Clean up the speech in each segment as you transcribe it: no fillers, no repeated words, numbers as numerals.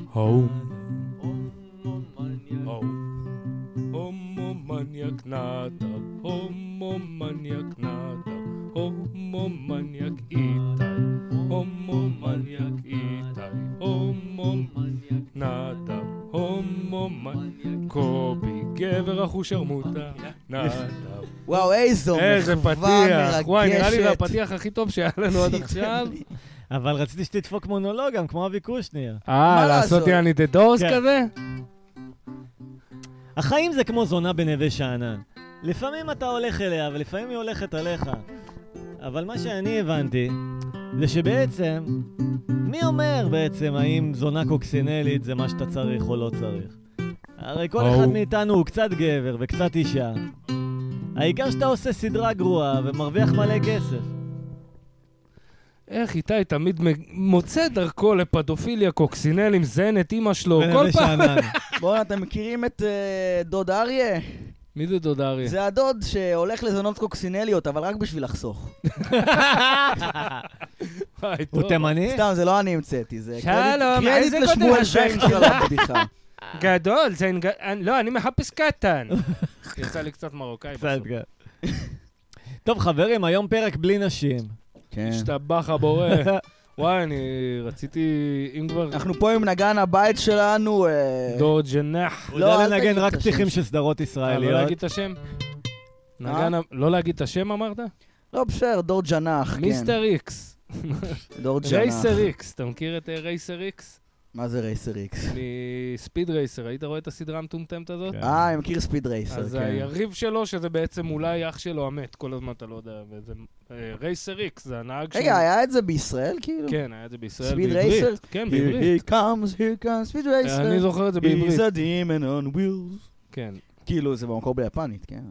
הומומניאק נדב, הומומניאק נדב, הומומניאק איתי, הומומניאק איתי, הומומניאק נדב, הומומניאק קובי, גבר אחושרמוטה, נדב. וואו, איזה מחווה מרגשת. וואי, נראה לי הפתיח הכי טוב שהיה לנו עד עכשיו. אבל רציתי שתדפוק מונולוג גם, כמו אבי קושניר. לעשות יעני דה דורס כזה? החיים זה כמו זונה בנווה שאנן. לפעמים אתה הולך אליה, ולפעמים היא הולכת עליך. אבל מה שאני הבנתי, זה שבעצם, מי אומר בעצם האם זונה קוקסינלית זה מה שאתה צריך או לא צריך? הרי כל אחד מאיתנו הוא קצת גבר וקצת אישה. העיקר שאתה עושה סדרה גרועה ומרוויח מלא כסף. איך איתי תמיד מוצא דרכו לפדופיליה קוקסינלים, זן את אמא שלו, כל פעם. בואו, אתם מכירים את דוד אריה? מי זה דוד אריה? זה הדוד שהולך לזונות קוקסינליות, אבל רק בשביל לחסוך. הוא תימני? סתם, זה לא אני המצאתי, זה שלום, קרדיט לשמואל שייך של הבדיחה. גדול, לא, אני מחפש קטן. יצא לי קצת מרוקאי בסוף. טוב חברים, היום פרק בלי נשים. השתבח הבורא. וואי, אני רציתי, אם כבר... אנחנו פה עם נגן הבית שלנו. דור ג'נח. הוא יודע לנגן רק פתיחים של סדרות ישראליות. לא להגיד את השם? לא להגיד את השם אמרת? לא, בסדר, דור ג'נח, כן. מיסטר איקס. דור ג'נח. רייסר איקס, אתה מכיר את רייסר איקס? מה זה רייסר איקס? מספיד רייסר, היית רואה את הסדרה המטומטמת הזאת? אני מכיר ספיד רייסר, כן. אז היריב שלו, שזה בעצם אולי אח שלו המת, כל הזמן אתה לא יודע, וזה רייסר איקס, זה הנהג שלו. רגע, היה את זה בישראל כאילו? כן, היה את זה בישראל, ספיד רייסר? כן, בעברית. Here comes ספיד רייסר. אני זוכר את זה בעברית. He's a demon on wheels. כן. כאילו, זה במקור ביפנית, כן.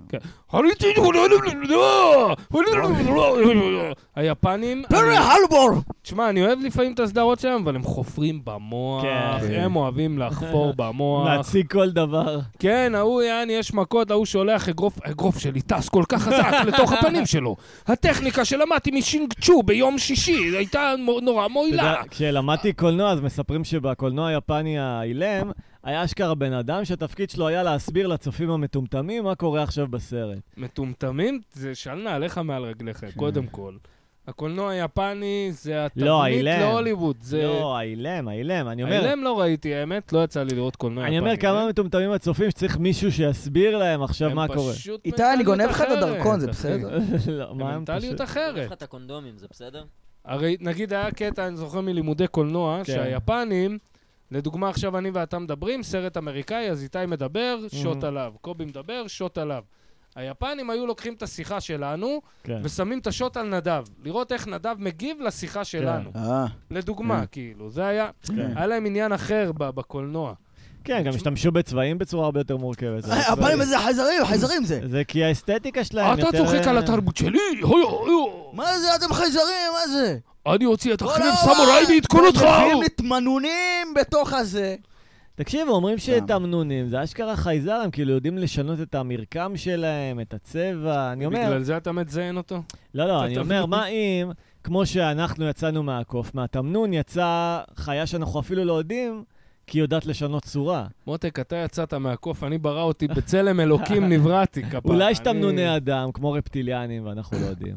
היפנים... תשמע, אני אוהב לפעמים את הסדרות שלהם, אבל הם חופרים במוח, הם אוהבים לחפור במוח. להציג כל דבר. כן, ההוא יעני, יש מכות, ההוא שולח אגרוף שלי, טס כל כך חזק לתוך הפנים שלו. הטכניקה שלמדתי משינג צ'ו ביום שישי, הייתה נורא מועילה. כשלמדתי קולנוע, אז מספרים שבקולנוע היפני האילם, היה אשכרה בן אדם שהתפקיד שלו היה להסביר לצופים המטומטמים מה קורה עכשיו בסרט. מטומטמים? זה שלנה עליך מעל רגליך, קודם כל. הקולנוע היפני זה התבנית להוליווד. לא, האילם, אני אומר... האילם לא ראיתי, האמת, לא יצא לי לראות קולנוע יפני. אני אומר כמה מטומטמים הצופים שצריך מישהו שיסביר להם עכשיו מה קורה. איתי, אני גונב לך את הדרכון, זה בסדר. מנטליות אחרת. גונב לך את הקונדומים, זה בסדר? הרי נגיד היה קטע, אני זוכר מלימודי קולנוע, שהיפנים... לדוגמה, עכשיו אני ואתה מדברים, סרט אמריקאי, אז איתי מדבר, שוט עליו. קובי מדבר, שוט עליו. היפנים היו לוקחים את השיחה שלנו, ושמים את השוט על נדב. לראות איך נדב מגיב לשיחה שלנו. לדוגמה, כאילו. זה היה להם עניין אחר בקולנוע. כן, גם השתמשו בצבעים בצורה הרבה יותר מורכבת. הפנים הזה חייזרים זה. זה כי האסתטיקה שלהם יותר... אתה צוחק על התרבות שלי? מה זה, אתם חייזרים? מה זה? אני אוציא את החרב סמוראי בעדכון אותך! מביאים לתמנונים בתוך הזה. תקשיב, אומרים שתמנונים, זה אשכרה חייזר, הם כאילו יודעים לשנות את המרקם שלהם, את הצבע, אני אומר... בגלל זה אתה מציין אותו? לא, אני אומר, מה אם, כמו שאנחנו יצאנו מהקוף, מהתמנון יצא חיה שאנחנו אפילו לא יודעים, כי היא יודעת לשנות צורה. מותק, אתה יצאת מהקוף, אני ברא אותי בצלם אלוקים נבראתי כפה. אולי יש תמנוני אדם, כמו רפטיליאנים, ואנחנו לא יודעים.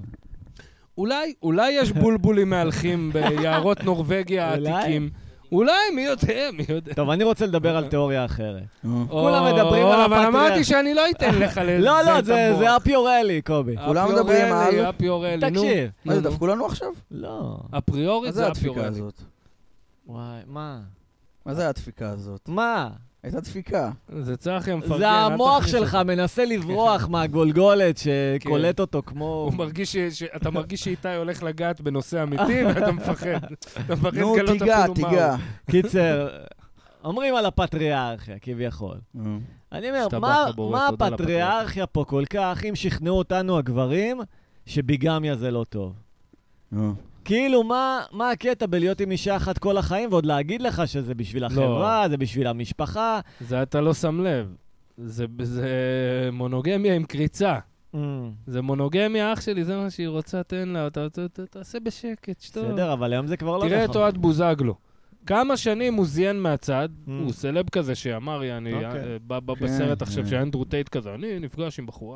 אולי יש בולבולים מהלכים ביערות נורווגיה העתיקים. אולי, מי יודע. טוב, אני רוצה לדבר על תיאוריה אחרת. כולם מדברים על הפטריארך. אבל אמרתי שאני לא אתן לך לזה. לא, זה אפיורלי, קובי. כולם מדברים על... אפיורלי, נו. תקשיב. מה זה, דפקו לנו עכשיו? לא. אפריורית זה אפיורלי. וואי, מה? מה זה הדפיקה הזאת? מה? הייתה דפיקה. זה צחי המפרגן. זה המוח שלך מנסה לברוח מהגולגולת שקולט אותו כמו... אתה מרגיש שאיתי הולך לגעת בנושא אמיתי ואתה מפחד. אתה מפחד נו, גלות אפילו תיגע. קיצר, אומרים על הפטריארכיה, כביכול. אני אומר, מה הפטריארכיה פה כל כך, אם שכנעו אותנו הגברים, שביגמיה זה לא טוב? כאילו, מה הקטע בלהיות עם אישה אחת כל החיים, ועוד להגיד לך שזה בשביל החברה, זה בשביל המשפחה? זה אתה לא שם לב. זה מונוגמיה עם קריצה. זה מונוגמיה, אח שלי, זה מה שהיא רוצה, תן לה, תעשה בשקט, שטוב. בסדר, אבל היום זה כבר לא נכון. תראה את אוהד בוזגלו. כמה שנים הוא זיין מהצד, הוא סלב כזה שאמר, בסרט עכשיו שאנדרו טייט כזה, אני נפגש עם בחורה.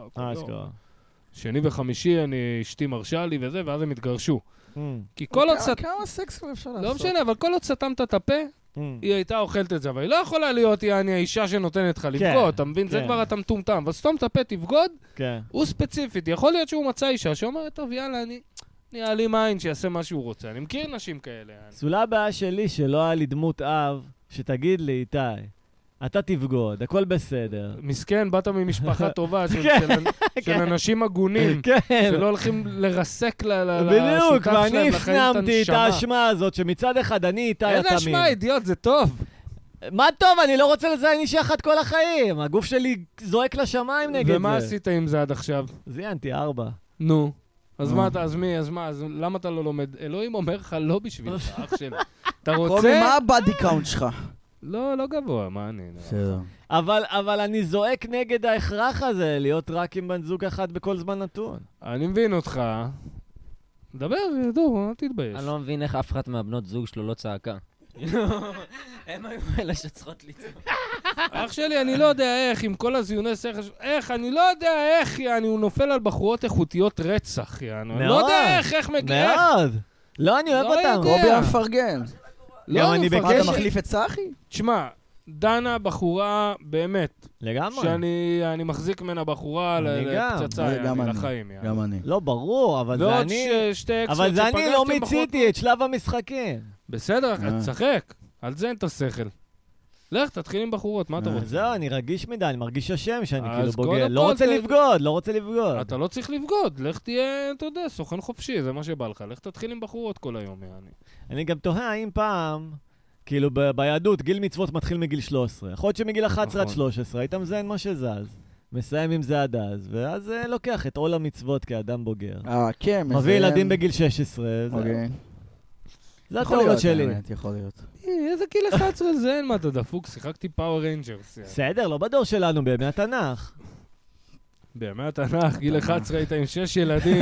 שני וחמישי, אשתי מרשה לי וזה, ואז הם התגרשו. כי כל עוד כמה סקס אפשר לעשות? לא משנה, אבל כל עוד סתמת את הפה, היא הייתה אוכלת את זה, אבל היא לא יכולה להיות, אני האישה שנותנת לך לבגוד, אתה מבין? זה כבר אתה מטומטם. וסתום את הפה, תבגוד, הוא ספציפית. יכול להיות שהוא מצא אישה שאומרת, טוב, יאללה, אני אעלים עין שיעשה מה שהוא רוצה. אני מכיר נשים כאלה. סולה הבעיה שלי שלא היה לי דמות אב, שתגיד לי, איתי, אתה תבגוד, הכל בסדר. מסכן, באת ממשפחה טובה של אנשים הגונים, שלא הולכים לרסק בדיוק, ואני הפנמתי את האשמה הזאת, שמצד אחד אני איתי התמים. איזה אשמה, אידיוט, זה טוב. מה טוב, אני לא רוצה לזיין אישה אחת כל החיים. הגוף שלי זועק לשמיים נגד זה. ומה עשית עם זה עד עכשיו? זיינתי 4. נו. אז מה אתה, אז מה, למה אתה לא לומד? אלוהים אומר לך לא בשבילך, אח שלי. אתה רוצה? קובי, מה הבאדי קאונט שלך? לא גבוה, מה אני... בסדר. אבל אני זועק נגד ההכרח הזה, להיות רק עם בן זוג אחד בכל זמן נתון. אני מבין אותך. דבר, דור, אל תתבייש. אני לא מבין איך אף אחת מהבנות זוג שלו לא צעקה. הם היו אלה שצריכות לצעוק. אח שלי, אני לא יודע איך, עם כל הזיוני שכל, אני לא יודע איך, הוא נופל על בחורות איכותיות רצח, אני לא יודע איך מגיע. מאוד. לא, אני אוהב אותם. קובי המפרגן. לא, אני בקשר. אתה מחליף את צחי? תשמע, דנה בחורה באמת. לגמרי. שאני מחזיק ממנה בחורה לפצצה, לחיים. גם אני. לא, ברור, אבל זה אני... אבל זה אני לא מיציתי את שלב המשחקים. בסדר, תשחק. על זה אין את השכל. לך, תתחיל עם בחורות, מה אתה רוצה? זהו, אני רגיש מדי, אני מרגיש השם שאני כאילו בוגד. לא רוצה לבגוד. אתה לא צריך לבגוד, לך תהיה, אתה יודע, סוכן חופשי, זה מה שבא לך. לך תתחיל עם בחורות כל היום, אני גם תוהה האם פעם, כאילו ביהדות, גיל מצוות מתחיל מגיל 13. יכול להיות שמגיל 11 עד 13, היית מזיין מה שזז. מסיים עם זה עד אז, ואז לוקח את עול המצוות כאדם בוגר. כן. מביא ילדים בגיל 16, זה התיאוריות שלי. יכול להיות. איזה גיל 11 זה, אין מה אתה דפוק, שיחקתי פאוור ריינג'רס. בסדר, לא בדור שלנו, בימי התנ"ך. בימי התנ"ך, גיל 11 היית עם 6 ילדים.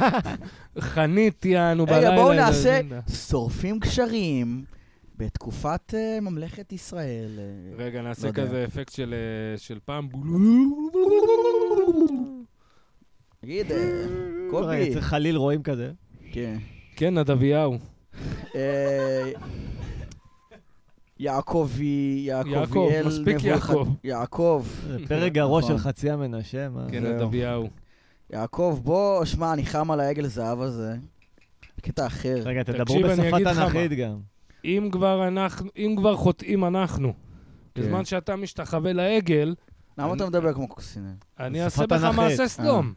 חנית יענו בלילה. רגע, בואו נעשה שורפים קשרים בתקופת ממלכת ישראל. רגע, נעשה כזה אפקט של פעם. תגיד, קובי. צריך חליל רואים כזה. כן. כן, נדביהו. יעקב, מספיק יעקב. יעקב. פרק גרוע של חצי המנשה. כן, נדביהו. יעקב, בוא, שמע, אני חם על העגל זהב הזה. בקטע אחר. רגע, תדברו בשפה תנ"כית גם. אם כבר חוטאים אנחנו, בזמן שאתה משתחווה לעגל... למה אתה מדבר כמו קוקסינל? אני אעשה בך מעשה סדום.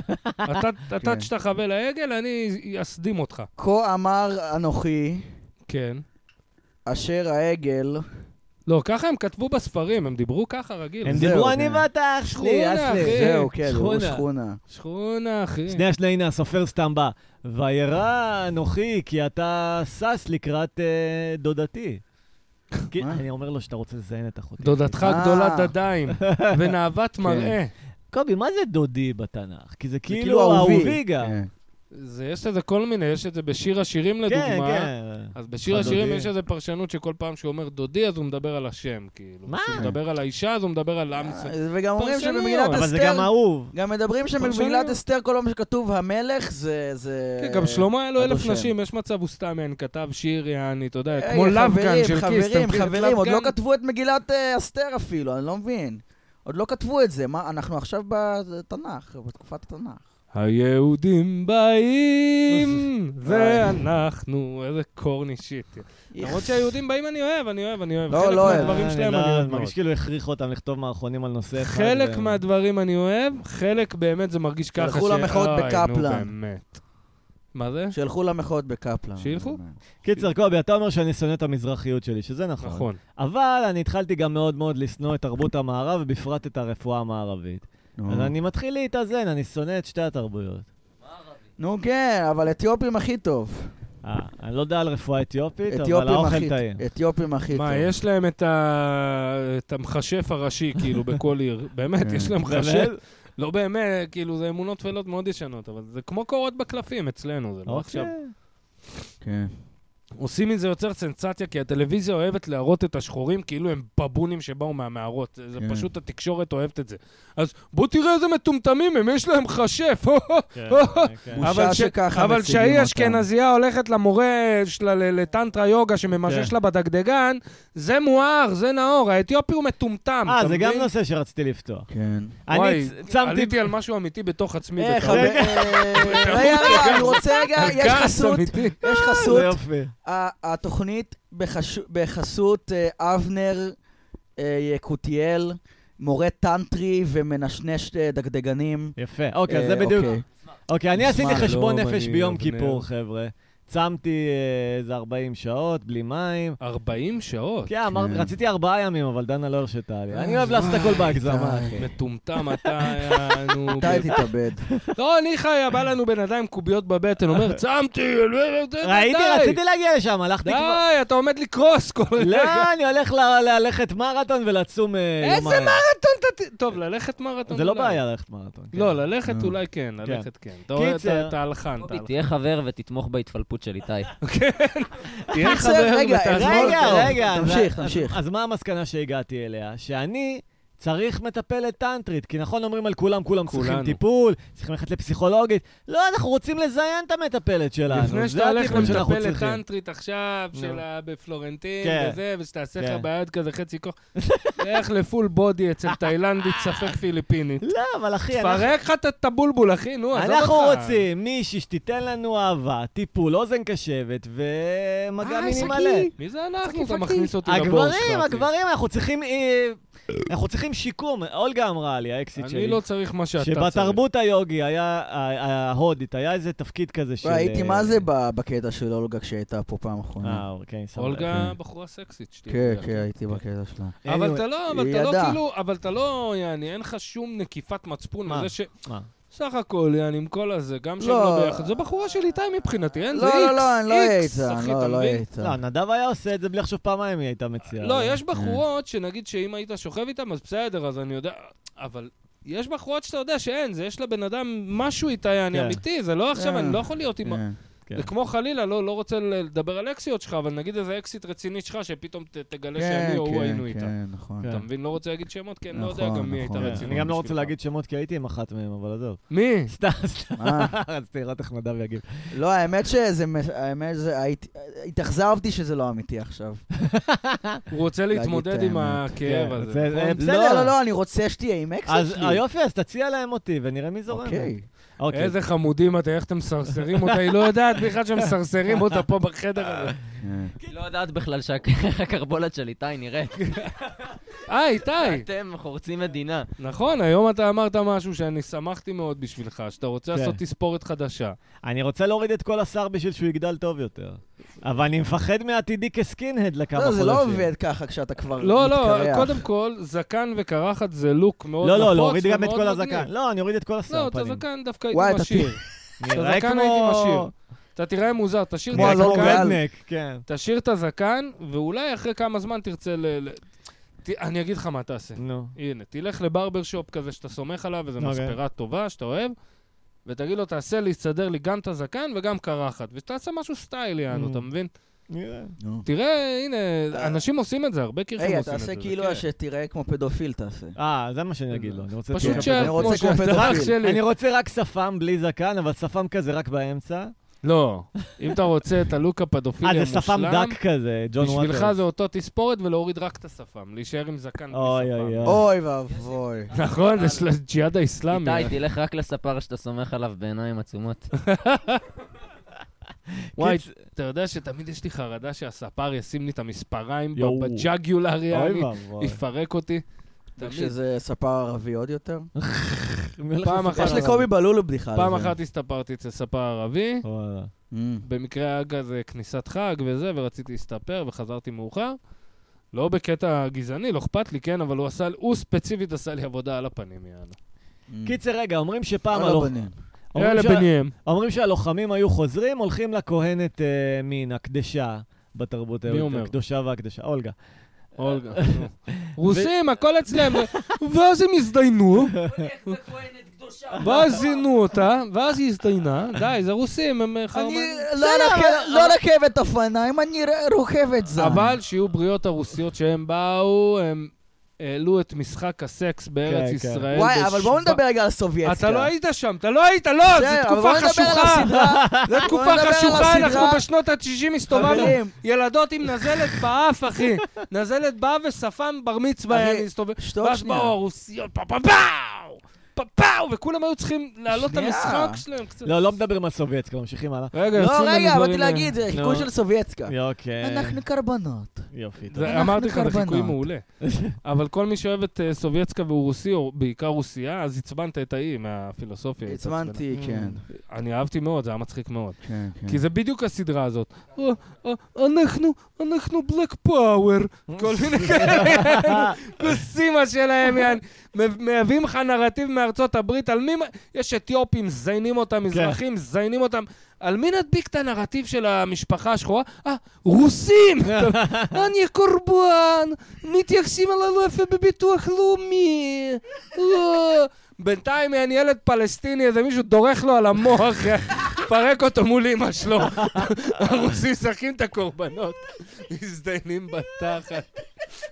אתה תשתחווה לעגל, אני אסדים אותך. כה אמר אנוכי, כן. אשר העגל... לא, ככה הם כתבו בספרים, הם דיברו ככה רגיל. הם דיברו אני ואתה, אח שלי. שכונה, אחי. זהו, כן, דיברו שכונה. שכונה, אחי. שנייה, הנה, הסופר סתם בא. וירא אנוכי, כי אתה סס לקראת דודתי. אני אומר לו שאתה רוצה לזיין את אחותי. דודתך גדולת דדיים, ונאהבת מראה. קובי, מה זה דודי בתנ"ך? כי זה כאילו אהובי גם. יש לזה כל מיני, יש את זה בשיר השירים לדוגמה. כן. אז בשיר השירים יש איזו פרשנות שכל פעם שהוא אומר דודי, אז הוא מדבר על השם, כאילו. מה? כשהוא מדבר על האישה, אז הוא מדבר על עם ישראל. וגם אומרים שבמגילת אסתר... אבל זה גם אהוב. גם מדברים שבמגילת אסתר כל מה שכתוב המלך זה... כן, גם שלמה היה לו 1000 נשים, יש מצב הוא סתם, כתב שיר, אתה יודע, כמו לבגן של כיס. חברים, עוד לא כתבו את מגילת אסתר אפילו, אני לא מבין. עוד לא כתבו את זה, אנחנו עכשיו בתנ"ך, בתקופת התנ"ך. היהודים באים, ואנחנו, איזה קורני שיט. למרות שהיהודים באים אני אוהב. לא, לא אוהב. מהדברים שלהם אני אוהב. מרגיש כאילו הכריח אותם לכתוב מערכונים על נושא אחד. חלק מהדברים אני אוהב, חלק באמת זה מרגיש ככה שלחו למחאות בקפלן. מה זה? שלחו למחאות בקפלן. שילכו? קיצר, קובי, אתה אומר שאני שונא את המזרחיות שלי, שזה נכון. נכון. אבל אני התחלתי גם מאוד מאוד לשנוא את תרבות המערב, ובפרט את הרפואה המערבית. אז אני מתחיל להתאזן, אני שונא את שתי התרבויות. נו כן, אבל אתיופים הכי טוב. אני לא יודע על רפואה אתיופית, אבל האוכל טעים. אתיופים הכי טוב. מה, יש להם את המחשף הראשי, כאילו, בכל עיר. באמת, יש להם מחשף. לא באמת, כאילו, זה אמונות תפלות מאוד ישנות, אבל זה כמו קורות בקלפים אצלנו, זה לא עכשיו. כן. עושים מזה יוצר סנסציה, כי הטלוויזיה אוהבת להראות את השחורים כאילו הם בבונים שבאו מהמערות. זה פשוט התקשורת אוהבת את זה. אז בוא תראה איזה מטומטמים הם, יש להם חשף. בושה שככה אבל מציגים כשהיא אותם. אשכנזייה הולכת למורה שלה לטנטרה יוגה שממשש לה בדגדגן, זה מואר, זה נאור, האתיופי הוא מטומטם. זה גם נושא שרציתי לפתוח. כן. וואי, עליתי על משהו אמיתי בתוך עצמי. רגע, אני רוצה רגע, יש חסות. התוכנית בחסות אבנר יקותיאל, מורה טנטרי ומנשנש דגדגנים. יפה, אוקיי, זה בדיוק. אוקיי, אני עשיתי חשבון נפש ביום כיפור, חבר'ה. צמתי איזה 40 שעות, בלי מים. 40 שעות? כן, רציתי 4 ימים, אבל דנה לא הרשתה לי. אני אוהב לעשות הכל בהגזמה, אחי. מטומטם, אתה... אתה תתאבד. לא, אני חי, בא לנו בן אדם עם קוביות בבטן, אומר, צמתי, ראיתי, רציתי להגיע לשם, הלכתי כבר... די, אתה עומד לקרוס כל רגע. לא, אני הולך ללכת מרתון ולצום יומיים. איזה מרתון? טוב, ללכת מרתון. זה לא בעיה ללכת מרתון. לא, ללכת אולי כן, ללכת כן. אתה הלחן. תהיה חבר ותתמוך בהתפלפות של איתי. כן, תהיה חבר רגע, תמשיך. אז מה המסקנה שהגעתי אליה? שאני צריך מטפלת טנטרית, כי נכון אומרים על כולם צריכים טיפול, צריכים ללכת לפסיכולוגית. לא, אנחנו רוצים לזיין את המטפלת שלנו. לפני שאתה הולך למטפלת טנטרית עכשיו, שלה בפלורנטין וזה, ושתעשה לך ביד כזה חצי כוח. איך לפול בודי אצל תאילנדית ספק פיליפינית. לא, אבל אחי... תפרק לך את הבולבול, אחי, נו, עזוב אותך. אנחנו רוצים מישהי שתיתן לנו אהבה, טיפול, אוזן קשבת ומגע מינימלי. מי זה אנחנו? אתה מכניס אותי לבור שלך. הגברים, אנחנו צריכים שיקום. אולגה אמרה לי, האקסיט שלי. אני לא צריך מה שאתה צריך. שבתרבות היוגי, ההודית, היה איזה תפקיד כזה של... הייתי מה זה בקטע של אולגה כשהייתה פה פעם אחרונה. אוקיי, סבבה. אולגה בחורה סקסית שתהיה. כן, הייתי בקטע שלה. אבל אתה לא, אין לך שום נקיפת מצפון מזה ש... מה? סך הכל, עם כל הזה, גם שלא ביחד. זו בחורה של איתי מבחינתי, אין? זה לא הייתה. לא, נדב היה עושה את זה בלי לחשוב פעמיים, היא הייתה מציעה. לא, יש בחורות שנגיד שאם היית שוכב איתם, אז בסדר, אז אני יודע, אבל יש בחורות שאתה יודע שאין, זה יש לבן אדם משהו איתי, אני אמיתי, זה לא עכשיו, אני לא יכול להיות עם... זה כמו חלילה, לא רוצה לדבר על אקסיות שלך, אבל נגיד איזה אקסית רצינית שלך, שפתאום תגלה שאני או הוא היינו איתה. כן, נכון. אתה מבין? לא רוצה להגיד שמות, כי אני לא יודע גם מי הייתה רצינית. אני גם לא רוצה להגיד שמות, כי הייתי עם אחת מהם, אבל עזוב. מי? סתם. רציתי לראות איך נדב יגיב. לא, האמת התאכזבתי שזה לא אמיתי עכשיו. הוא רוצה להתמודד עם הכאב הזה. לא, אני רוצה שתהיה עם אקסית שלי. אז יופי, אז תציע להם אותי, ונראה מי זורם. איזה חמודים אתה, איך אתם מסרסרים אותה, היא לא יודעת בכלל שמסרסרים אותה פה בחדר הזה. היא לא יודעת בכלל שהקרבולת של איתי נראית. איתי. אתם חורצים מדינה. נכון, היום אתה אמרת משהו שאני שמחתי מאוד בשבילך, שאתה רוצה לעשות תספורת חדשה. אני רוצה להוריד את כל השר בשביל שהוא יגדל טוב יותר. אבל אני מפחד מעתידי כסקין-הד לכמה חודשים. לא, זה לא עובד ככה כשאתה כבר מתקרח. לא, קודם כל, זקן וקרחת זה לוק מאוד נפוץ. לא, להוריד גם את כל הזקן. לא, אני אוריד את כל השר פנים. לא, את הזקן דווקא הייתי משאיר. את הזקן הייתי משאיר. אתה תראה מוזר, תשאיר את הזקן. תשאיר את הזקן, ואולי אחרי כמה זמן תרצה אני אגיד לך מה תעשה. הנה, תלך לברבר שופ כזה שאתה סומך עליו, וזו מספרה טובה שאתה אוהב, ותגיד לו, תעשה לי, תסדר לי גם את הזקן וגם קרחת, ותעשה משהו סטיילי, אתה מבין? תראה, הנה, אנשים עושים את זה, הרבה קרחים עושים את זה. תעשה כאילו שתראה כמו פדופיל, תעשה. זה מה שאני אגיד לו. פשוט כמו שאתה אני רוצה רק שפם בלי זקן, אבל שפם כזה רק באמצע. לא, אם אתה רוצה את הלוק הפדופילי המושלם, זה שפם דק כזה, ג'ון ווטרס. בשבילך זה אותו תספורת ולהוריד רק את השפם, להישאר עם זקן בלי שפם. אוי ואבוי. נכון, זה של הג'יהאד האסלאמי. איתי, תלך רק לספר שאתה סומך עליו בעיניים עצומות. וואי, אתה יודע שתמיד יש לי חרדה שהספר ישים לי את המספריים בג'אגיולר, יפרק אותי. שזה ספר ערבי עוד יותר? יש לקובי בלולו בדיחה. פעם אחת הסתפרתי אצל ספר ערבי, במקרה היה כזה כניסת חג וזה, ורציתי להסתפר וחזרתי מאוחר. לא בקטע גזעני, לא אכפת לי, כן, אבל הוא ספציפית עשה לי עבודה על הפנים, יאללה. קיצר רגע, אומרים שפעם אומרים שהלוחמים היו חוזרים, הולכים לכהנת מן הקדשה בתרבות היהודית. הקדושה והקדשה, אולגה. אולגה. רוסים, הכל אצלם. ואז הם הזדיינו. ואז זינו אותה, ואז היא הזדיינה. די, זה רוסים, הם חרמנים. לא רכבת אופניים, אני רוכבת זן. אבל שיהיו בריאות הרוסיות שהם באו, הם העלו את משחק הסקס בארץ ישראל. וואי, אבל בואו נדבר רגע על סובייטקה. אתה לא היית שם, אתה לא היית, לא, זה תקופה חשוכה. זה תקופה חשוכה, אנחנו בשנות ה-90 הסתובבנו. ילדות עם נזלת באף, אחי. נזלת באף ושפן בר מצווה היה להסתובב. ואז באו הרוסיות, פאו, וכולם היו צריכים להעלות את המשחק שלהם קצת. לא מדברים על סובייטקה, ממשיכים הלאה. רגע, באתי להגיד, זה חיקוי של סובייטקה. אוקיי. אנחנו קרבנות. יופי. אמרתי לך, זה חיקוי מעולה. אבל כל מי שאוהב את סובייטקה והוא רוסי, או בעיקר רוסייה, אז הצבנת את האי מהפילוסופיה. הצבנתי, כן. אני אהבתי מאוד, זה היה מצחיק מאוד. כן. כי זה בדיוק הסדרה הזאת. אנחנו בלק פאוור. כל מיני כאלה. כוסימה שלהם, מהווים לך נרטיב מארצות הברית. על מי... יש אתיופים, זיינים אותם, מזרחים, זיינים אותם. על מי נדביק את הנרטיב של המשפחה השחורה? רוסים! אני קורבן! מתייחסים עלינו יפה בביטוח לאומי! בינתיים אין ילד פלסטיני, איזה מישהו דורך לו על המוח, פרק אותו מול אמא שלו. הרוסים שחקים את הקורבנות, מזדיינים בתחת.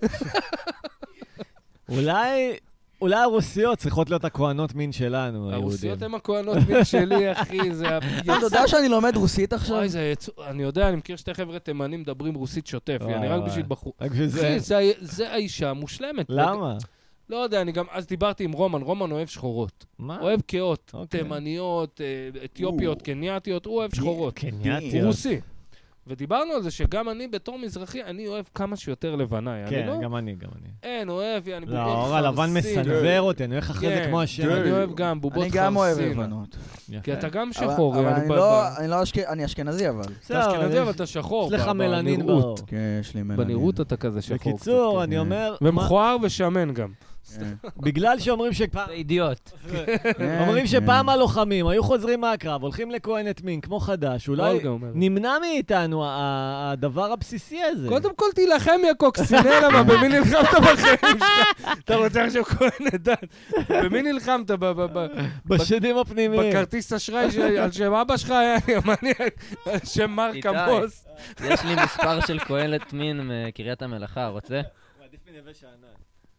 אולי הרוסיות צריכות להיות הכהנות מין שלנו, היהודים. הרוסיות הם הכהנות מין שלי, אחי, זה... אתה יודע שאני לומד רוסית עכשיו? וואי, אני יודע, אני מכיר שתי חבר'ה תימנים מדברים רוסית שוטף, אני רק בשביל בחור. רק בשביל זה? זה האישה המושלמת. למה? לא יודע, אני גם אז דיברתי עם רומן אוהב שחורות. מה? אוהב קאות, תימניות, אתיופיות, קניאטיות, הוא אוהב שחורות. קניאטיות. רוסי. ודיברנו על זה שגם אני בתור מזרחי, אני אוהב כמה שיותר לבנה. כן, גם אני. אין, אוהב, אני בובות חרסים. לא, לבן מסנבר אותי, אני הולך אחרי זה כמו השם. אני אוהב גם בובות חרסים. אני גם אוהב לבנות. כי אתה גם שחור. אני אשכנזי אבל. אתה אשכנזי אבל אתה שחור. יש לך מלנין באור. כן, יש לי מלנין. בנראות אתה כזה שחור. בקיצור, אני אומר... ומכוער ושמן גם. בגלל שאומרים שפעם... זה אידיוט. אומרים שפעם הלוחמים היו חוזרים מהקרב, הולכים לכהנת מין כמו חדש, אולי נמנע מאיתנו הדבר הבסיסי הזה. קודם כל תילחם יא קוקסינל, למה במי נלחמת בחיים שלך? אתה רוצה עכשיו כהנת דת. במי נלחמת? בשדים הפנימיים. בכרטיס אשראי על שם אבא שלך היה על שם מרק עמוס. יש לי מספר של כהנת מין מקריית המלאכה, רוצה? מעדיף מנווה שאנן.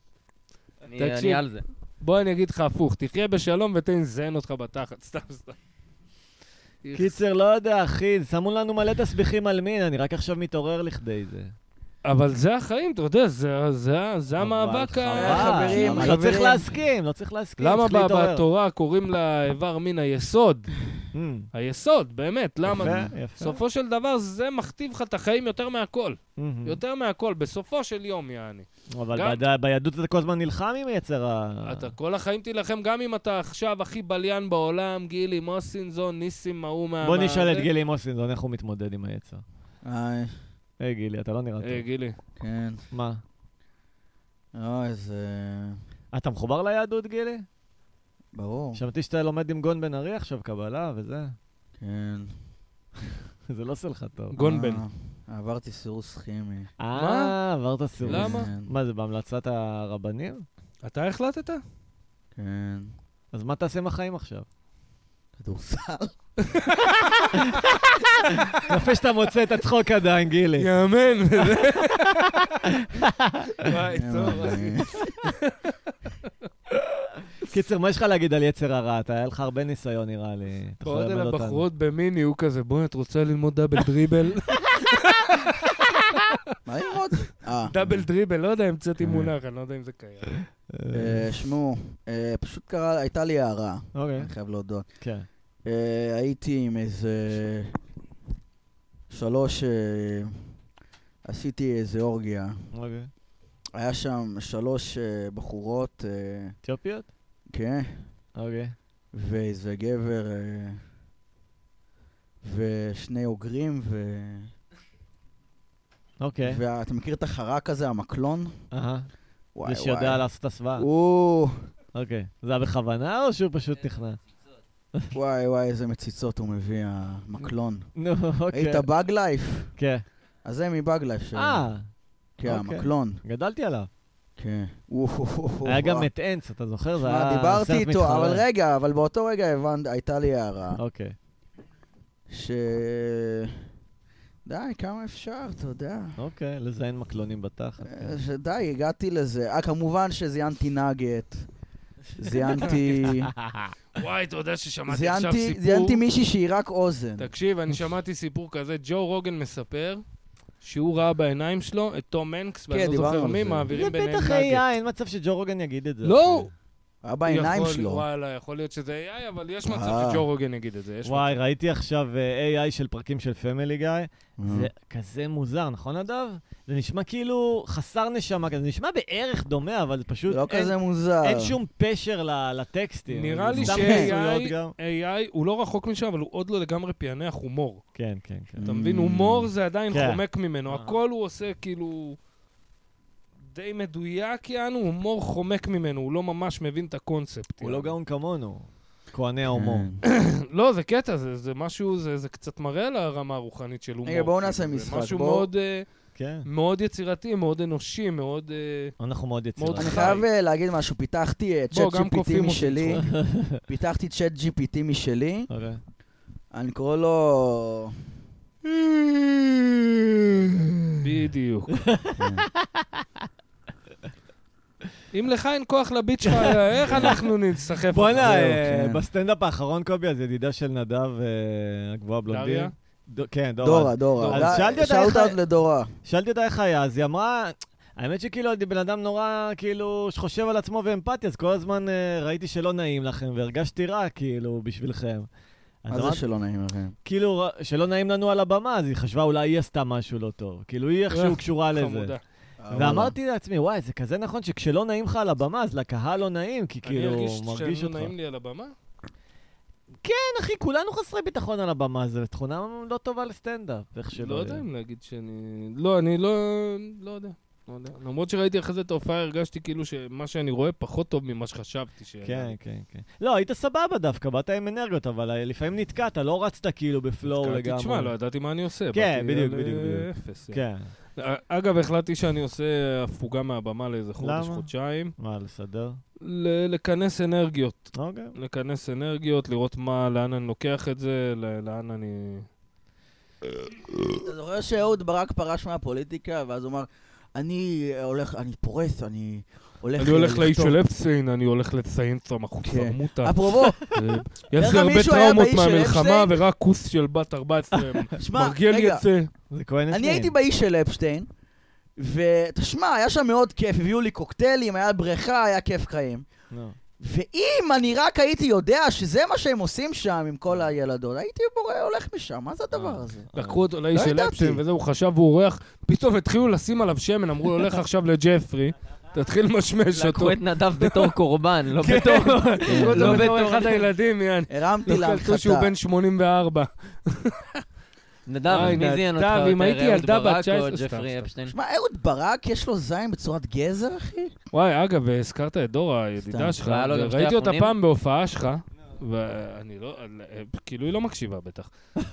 אני על זה. בוא אני אגיד לך הפוך, תחיה בשלום ותן זן אותך בתחת, סתם. קיצר, לא יודע, אחי, שמו לנו מלא תסביכים על מין, אני רק עכשיו מתעורר לכדי זה. אבל זה החיים, אתה יודע, זה המאבק חברים. לא צריך להסכים, למה בתורה קוראים לאיבר מין היסוד? היסוד, באמת, למה? בסופו של דבר זה מכתיב לך את החיים יותר מהכל. יותר מהכל, בסופו של יום, יעני. אבל ביהדות אתה כל הזמן נלחם עם יצר אתה כל החיים תילחם, גם אם אתה עכשיו הכי בליין בעולם, גילי מוסינזון, ניסים, ההוא מה... בוא נשאל את גילי מוסינזון, איך הוא מתמודד עם היצר. היי גילי, אתה לא נראה טוב. היי גילי. כן. מה? איזה... אתה מחובר ליהדות, גילי? ברור. שמעתי שאתה לומד עם גון בן ארי עכשיו, קבלה וזה. כן. זה לא עושה לך טוב. גון בן. עברתי סירוס כימי. עברת סירוס. למה? מה זה, בהמלצת הרבנים? אתה החלטת? כן. אז מה תעשה עם החיים עכשיו? כדורסל. יפה שאתה מוצא את הצחוק עדיין, גילי. יאמן. וואי, טוב. קיצר, מה יש לך להגיד על יצר הרע? היה לך הרבה ניסיון, נראה לי. עוד על הבחורות במיני, הוא כזה, בואי, את רוצה ללמוד דאבל דריבל? מה ללמוד? דאבל דריבל, לא יודע, המצאתי מונח, אני לא יודע אם זה קיים. שמו, פשוט קרה, הייתה לי הערה. אני חייב להודות. כן. הייתי עם איזה 3, עשיתי איזה אורגיה. אוקיי. היה שם 3 בחורות. אתיופיות? כן. אוקיי. ואיזה גבר, ושני אוגרים, אוקיי. ואתה מכיר את החרק הזה, המקלון? זה שיודע לעשות הסוואה. אוקיי. זה היה בכוונה או שהוא פשוט נכנס? וואי, איזה מציצות הוא מביא, המקלון. נו, אוקיי. היית בג לייף? כן. אז זה מבג לייף שלו. כן, המקלון. גדלתי עליו. כן. היה גם את אנץ, אתה זוכר? זה היה דיברתי סרט איתו, מתחרה. אבל באותו רגע הייתה לי הערה. אוקיי. די, כמה אפשר, אתה יודע. אוקיי, לזיין מקלונים בתחת. די, הגעתי לזה. כמובן שזיינתי נאגט. זיינתי... וואי, אתה יודע ששמעתי עכשיו סיפור... זיינתי מישהי שהיא רק אוזן. תקשיב, אני שמעתי סיפור כזה, ג'ו רוגן מספר שהוא ראה בעיניים שלו את תום הנקס, ואני לא זוכר מי, מעבירים ביניהם נאגט. זה בטח AI, אין מצב שג'ו רוגן יגיד את זה. לא! היה בעיניים שלו. וואלה, יכול להיות שזה AI, אבל יש מצב שג'ו רוגן יגיד את זה. וואי, ראיתי עכשיו AI של פרקים של פמילי גיא. זה כזה מוזר, נכון נדב? זה נשמע כאילו חסר נשמה, זה נשמע בערך דומה, אבל זה פשוט... לא כזה מוזר. אין שום פשר לטקסטים. נראה לי ש-AI הוא לא רחוק משם, אבל הוא עוד לא לגמרי פענח הומור. כן, כן, כן. אתה מבין? הומור זה עדיין חומק ממנו. הכל הוא עושה כאילו... די מדויק, יענו, הומור חומק ממנו, הוא לא ממש מבין את הקונספט. הוא לא גאון כמונו, כהני ההומור. לא, זה קטע, זה משהו, זה קצת מראה על הרמה הרוחנית של הומור. רגע, בואו נעשה משחק. זה משהו מאוד יצירתי, מאוד אנושי, מאוד... אנחנו מאוד יצירתי. אני חייב להגיד משהו, פיתחתי צ'אט GPT משלי. פיתחתי צ'אט GPT משלי. אני קורא לו... בדיוק. אם לך אין כוח לביט שלך, איך אנחנו נסחף? בוא'נה, בסטנדאפ האחרון, קובי, אז ידידה של נדב, הגבוהה בלונדין. כן, דורה. שאלת לדורה. שאלתי אותה איך היה, אז היא אמרה, האמת שכאילו, בן אדם נורא, כאילו, שחושב על עצמו ואמפתיה, אז כל הזמן ראיתי שלא נעים לכם, והרגשתי רע, כאילו, בשבילכם. מה זה שלא נעים לכם? כאילו, שלא נעים לנו על הבמה, אז היא חשבה, אולי היא עשתה משהו לא טוב. כאילו, היא איכשהו קשורה לזה. ואמרתי לעצמי, וואי, זה כזה נכון שכשלא נעים לך על הבמה, אז לקהל לא נעים, כי כאילו, מרגיש אותך. אני ארגיש שלא נעים לי על הבמה? כן, אחי, כולנו חסרי ביטחון על הבמה, זה תכונה לא טובה לסטנדאפ, איך שלא. לא יודע אם להגיד שאני... לא, אני לא יודע. למרות שראיתי אחרי זה את ההופעה, הרגשתי כאילו שמה שאני רואה פחות טוב ממה שחשבתי. כן, כן, כן. לא, היית סבבה דווקא, באת עם אנרגיות, אבל לפעמים נתקעת, לא רצת כאילו בפלואו לגמרי. נתקעתי, תשמע, לא ידעתי מה אני עושה. כן, בדיוק. כן. אגב, החלטתי שאני עושה הפוגה מהבמה לאיזה חודש-חודשיים. מה, לסדר? לכנס אנרגיות. אוקיי. לכנס אנרגיות, לראות לאן אני לוקח את זה, לאן אני... אתה זוכר שאהוד ברק פרש מהפוליטיקה, ואז הוא אמר, אני פורס, אני הולך לאיש של אפסטיין, אני הולך לציין צמח וצרמותה. אפרופו, יש לי הרבה טראומות מהמלחמה, ורק כוס של בת 14 מרגיע לי את זה. אני הייתי באיש של אפסטיין, ותשמע, היה שם מאוד כיף, הביאו לי קוקטיילים, היה בריכה, היה כיף חיים. ואם אני רק הייתי יודע שזה מה שהם עושים שם עם כל הילדות, הייתי הולך משם, מה זה הדבר הזה? לקחו אותו לאיש של אפסטיין, וזה, הוא חשב והוא אורח, פתאום התחילו לשים עליו שמן, אמרו לו, הולך עכשיו לג'פרי, תתחיל משמש אותו. לקחו את נדב בתור קורבן, לא בתור אחד הילדים, יעני. הרמתי להנחתה. לא קלטו שהוא בן 84. נדב, מי זיין אותך יותר, אהוד ברק או ג'פרי אפשטיין? שמע, אהוד ברק יש לו זין בצורת גזר, אחי? וואי, אגב, הזכרת את דורה, הידידה שלך, ראיתי אותה פעם בהופעה שלך, ואני לא, כאילו היא לא מקשיבה בטח.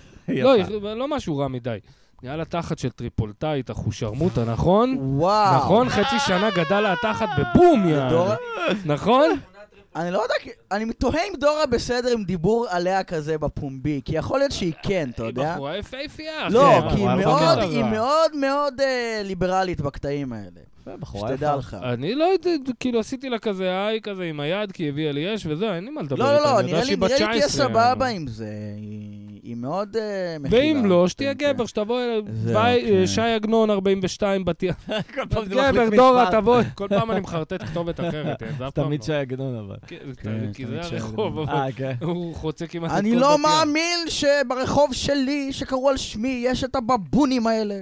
לא משהו רע מדי. נהיה לה תחת של טריפולטאית, אחושרמוטה, נכון? וואו. נכון? חצי שנה גדל לה תחת בבום, יאללה. נכון? אני לא יודע, אני מתוהה אם דורה בסדר עם דיבור עליה כזה בפומבי, כי יכול להיות שהיא כן, אתה יודע? היא בחורה יפהפייה. לא, כי היא מאוד מאוד ליברלית בקטעים האלה. שתדע לך. אני לא יודע, כאילו עשיתי לה כזה היי כזה עם היד, כי הביאה לי אש וזה, אין לי מה לדבר איתה. לא, נראה לי תהיה סבבה עם זה. היא מאוד מכילה. ואם לא, שתהיה גבר, שתבוא אליו, שי עגנון 42 בתיה. גבר, דורה, תבוא. כל פעם אני מחרטט כתובת אחרת. תמיד שי עגנון אבל. כי זה הרחוב, אבל הוא חוצה כמעט את כל בתיה. אני לא מאמין שברחוב שלי, שקראו על שמי, יש את הבבונים האלה.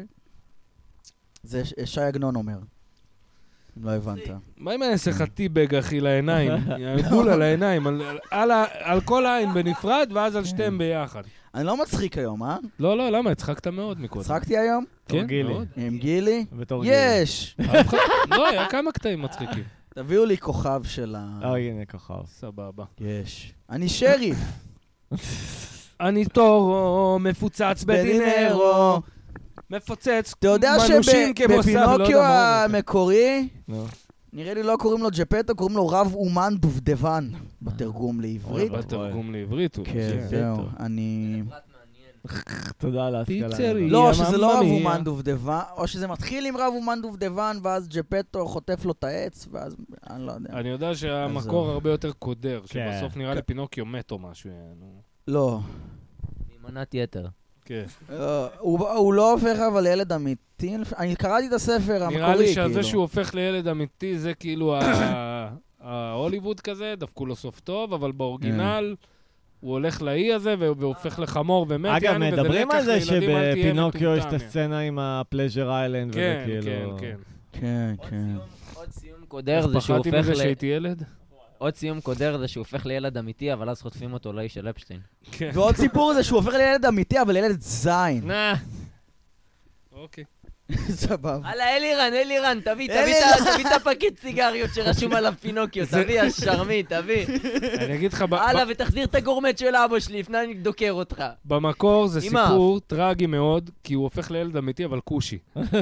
זה שי עגנון אומר. לא הבנת. מה אם אני אעשה לך טיבג, אחי, לעיניים? בול על העיניים, על כל העין בנפרד, ואז על שתיהם ביחד. אני לא מצחיק היום, אה? לא, למה? הצחקת מאוד מקודם. הצחקתי היום? כן, מאוד. עם גילי? יש! לא, היה כמה קטעים מצחיקים. תביאו לי כוכב של ה... הנה כוכב. סבבה. יש. אני שריף. אני טורו, מפוצץ בדינרו. מפוצץ, אתה יודע מנושים כמו סב, לא יודע שבפינוקיו מה הוא. המקורי, נראה לי לא קוראים לו ג'פטו, קוראים לו רב אומן דובדבן, בתרגום לעברית. בתרגום לעברית. כן, זהו, אני... תודה על ההשכלה. פיצרי. לא, שזה לא רב אומן דובדבן, או שזה מתחיל עם רב אומן דובדבן, ואז ג'פטו חוטף לו את העץ, ואז אני לא יודע. אני יודע שהמקור הרבה יותר קודר, שבסוף נראה לי פינוקיו מת או משהו. לא. מנת יתר. כן. הוא לא הופך אבל לילד אמיתי, אני קראתי את הספר המקורי, נראה לי שזה שהוא הופך לילד אמיתי זה כאילו ההוליווד כזה, דפקו לו סוף טוב, אבל באורגינל הוא הולך לאי הזה והופך לחמור ומת. אגב, מדברים על זה שבפינוקיו יש את הסצנה עם הפלז'ר איילנד וזה כאילו... כן. עוד סיום קודר זה שהוא הופך פחדתי מזה שהייתי ילד? עוד סיום קודר זה שהוא הופך לילד אמיתי, אבל אז חוטפים אותו לאיש של אפשטיין. ועוד סיפור זה שהוא הופך לילד אמיתי, אבל ילד זין. אוקיי. סבבה. הלאה, אלירן, תביא את הפקיד סיגריות שרשום עליו פינוקיו, תביא, השרמי, תביא. אני אגיד לך... הלאה, ותחזיר את הגורמט של אבא שלי, לפני אני דוקר אותך. במקור זה סיפור טרגי מאוד, כי הוא הופך לילד אמיתי, אבל קושי.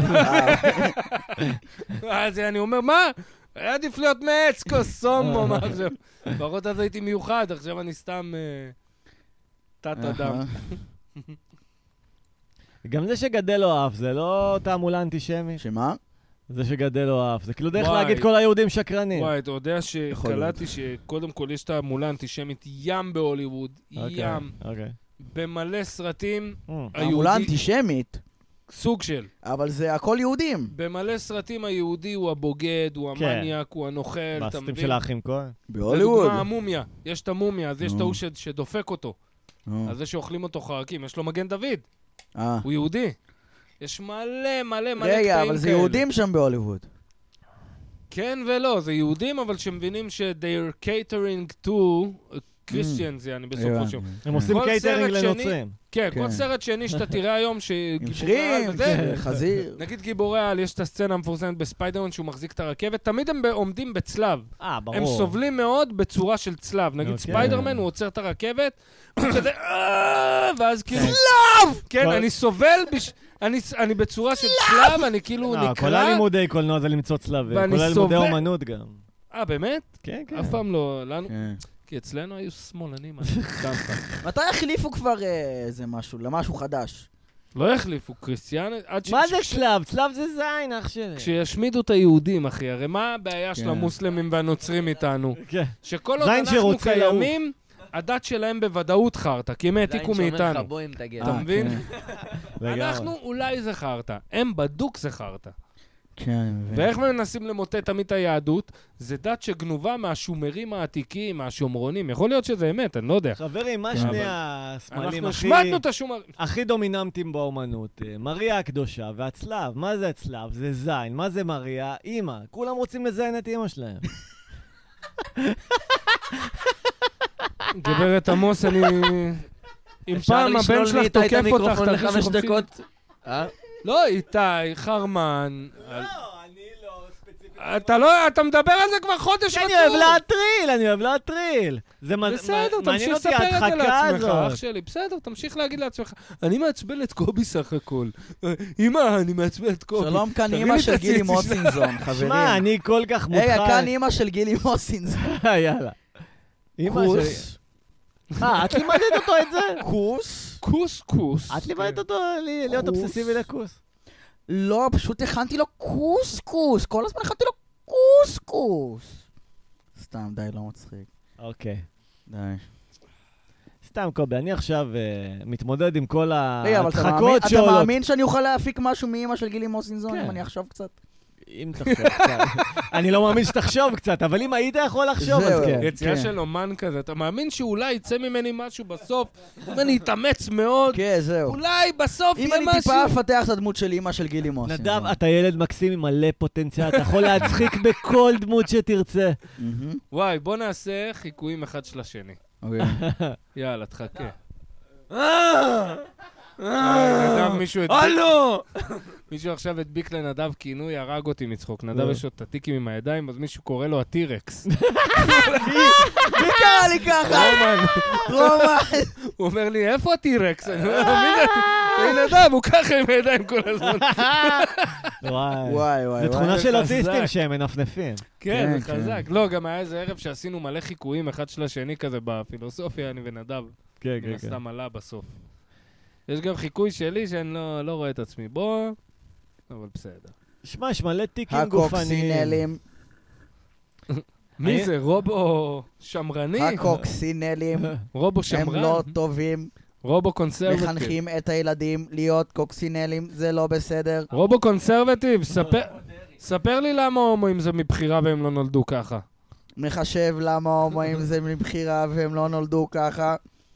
אז אני אומר, מה? היה עדיף להיות מעץ, קוסום או משהו. לפחות אז הייתי מיוחד, עכשיו אני סתם תת אדם. גם זה שגדל לו אף, זה לא תעמולה אנטישמית. שמה? זה שגדל לו אף, זה כאילו דרך להגיד כל היהודים שקרנים. וואי, אתה יודע שקלטתי שקודם כל יש תעמולה אנטישמית ים בהוליווד, ים. במלא סרטים. תעמולה אנטישמית? סוג של. אבל זה הכל יהודים. במלא סרטים היהודי הוא הבוגד, הוא המניאק, הוא הנוכל, אתה מבין? בסרטים של האחים כהן. בהוליווד. לדוגמה, המומיה. יש את המומיה, אז יש את ההוא שדופק אותו. אז זה שאוכלים אותו חרקים, יש לו מגן דוד. הוא יהודי. יש מלא קטעים כאלה. רגע, אבל זה יהודים שם בהוליווד. כן ולא, זה יהודים, אבל שמבינים ש-they're catering to Christians, יעני בסופו של... הם עושים קייטרינג לנוצרים. כן, כל סרט שני שאתה תראה היום עם שרים, חזיר. נגיד גיבורי על, יש את הסצנה המפורסמת בספיידרמן שהוא מחזיק את הרכבת, תמיד הם עומדים בצלב. ברור. הם סובלים מאוד בצורה של צלב. נגיד ספיידרמן, הוא עוצר את הרכבת, הוא כזה, ואז כאילו... צלב! כן, אני סובל, אני בצורה של צלב, אני כאילו נקרא... כל הלימודי קולנוע זה למצוא צלב, כל הלימודי אומנות גם. באמת? כן, כן. אף פעם לא, לנו... כי אצלנו היו שמאלנים, מתי החליפו כבר איזה משהו, למשהו חדש? לא החליפו, קריסטיאן... מה זה צלב? צלב זה זין, אח שלי. כשישמידו את היהודים, אחי, הרי מה הבעיה של המוסלמים והנוצרים איתנו? שכל עוד אנחנו קיימים, הדת שלהם בוודאות חרטה, כי הם העתיקו מאיתנו. זין שאומר לך בוא אם תגר. אתה מבין? אנחנו אולי זה חרטה, הם בדוק זה חרטה. ואיך מנסים למוטט תמיד את היהדות? זה דת שגנובה מהשומרים העתיקים, מהשומרונים. יכול להיות שזה אמת, אני לא יודע. חברים, מה שני הסמלים הכי דומיננטיים באומנות? מריה הקדושה והצלב. מה זה הצלב? זה זין. מה זה מריה? אמא. כולם רוצים לזיין את אמא שלהם. גברת עמוס, אני... אם פעם הבן שלך תוקף אותך, תרגיש חופשי. לא, איתי, חרמן. לא, אני לא ספציפית. אתה מדבר על זה כבר חודש רצוף. אני אוהב להטריל. בסדר, תמשיך לספר את זה לעצמך, אח שלי. בסדר, תמשיך להגיד לעצמך. אני מעצבן את קובי סך הכל. אמא, אני מעצבן את קובי. שלום, כאן אמא של גילי מוסינזון, חברים. שמע, אני כל כך מותחל. רגע, כאן אמא של גילי מוסינזון. יאללה. כוס. את לימדת אותו את זה? כוס. את לימדת אותו להיות אובססיבי לכוס. לא, פשוט הכנתי לו כוס. כל הזמן הכנתי לו כוס. סתם, די, לא מצחיק. אוקיי. די. סתם, קובי, אני עכשיו מתמודד עם כל ההדחקות שעולות. אתה מאמין שאני אוכל להפיק משהו מאמא של גילי מוסינזון, אם אני אחשוב קצת? אם תחשוב קצת. אני לא מאמין שתחשוב קצת, אבל אם היית יכול לחשוב, אז כן. יציאה של אומן כזה, אתה מאמין שאולי יצא ממני משהו בסוף, אם אני אתאמץ מאוד, כן, זהו. אולי בסוף יהיה משהו. אם אני טיפה אפתח את הדמות של אמא של גילי מוסינזון. נדב, אתה ילד מקסים עם מלא פוטנציאל, אתה יכול להצחיק בכל דמות שתרצה. וואי, בוא נעשה חיקויים אחד של השני. יאללה, תחכה. נדב, מישהו הלו! מישהו עכשיו הדביק לנדב כינוי, הרג אותי מצחוק. נדב יש לו את הטיקים עם הידיים, אז מישהו קורא לו הטירקס. מי קרא לי ככה? רומן. הוא אומר לי, איפה הטירקס? אני אומר לו, מי נדב? הוא ככה עם הידיים כל הזמן. וואי. זה תכונה של אוטיסטים שהם מנפנפים. כן, זה חזק. לא, גם היה איזה ערב שעשינו מלא חיקויים אחד של השני כזה בפילוסופיה, אני ונדב. כן. מן הסתם עלה בסוף. יש גם חיקוי שלי שאני לא רואה את עצמי בו, אבל בסדר. שמע, יש מלא טיקים גופניים. הקוקסינלים. מי זה? רובו שמרני? הקוקסינלים. רובו שמרן? הם לא טובים. רובו קונסרבטיב. מחנכים את הילדים להיות קוקסינלים, זה לא בסדר. רובו קונסרבטיב, ספר לי למה הומואים זה מבחירה והם לא נולדו ככה. מחשב למה הומואים זה מבחירה והם לא נולדו ככה.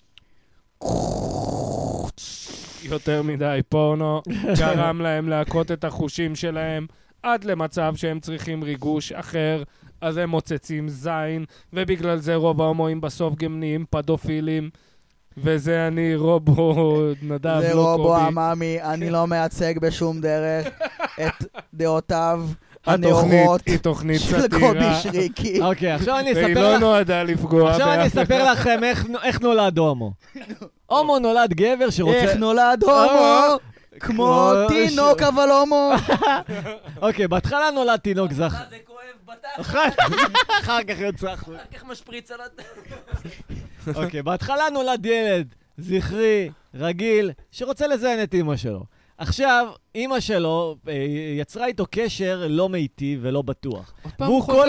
יותר מדי פורנו גרם להם להכות את החושים שלהם עד למצב שהם צריכים ריגוש אחר, אז הם מוצצים זין, ובגלל זה רוב ההומואים בסוף גם נהיים פדופילים. וזה אני, רובו נדב, לא קובי. זה רובו המאמי, אני לא מייצג בשום דרך את דעותיו הנאורות של קובי שריקי. אוקיי, עכשיו אני אספר והיא לא נועדה לפגוע. עכשיו אני אספר לכם איך נולד הומו. הומו נולד גבר שרוצה... איך נולד הומו? כמו תינוק אבל הומו. אוקיי, בהתחלה נולד תינוק זכר. זה כואב בתחת. אחר כך יוצא החוץ. אחר כך משפריץ על אוקיי, בהתחלה נולד ילד זכרי, רגיל, שרוצה לזיין את אמא שלו. עכשיו, אמא שלו יצרה איתו קשר לא מיטיב ולא בטוח. והוא כל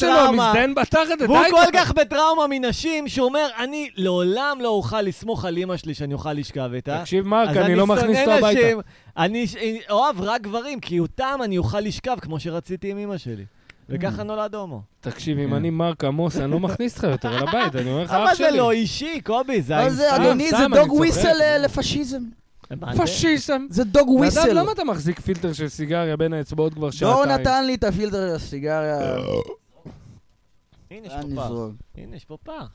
כך בטראומה מנשים, שהוא אומר, אני לעולם לא אוכל לסמוך על אמא שלי שאני אוכל לשכב איתה. תקשיב מרק, אני לא מכניס אותו הביתה. אני אוהב רק גברים, כי אותם אני אוכל לשכב כמו שרציתי עם אמא שלי. וככה נולד הומו. תקשיב, אם אני מרק עמוס, אני לא מכניס אותך יותר על הבית, אני אומר לך אח שלי. אבל זה לא אישי, קובי, זה אדוני, זה דוג וויסל לפשיזם. פשיזם. זה דוג וויסל. נדב, למה אתה מחזיק פילטר של סיגריה בין האצבעות כבר שעתיים? לא נתן לי את הפילטר של הסיגריה. הנה, יש פה פח. הנה, יש פה פח.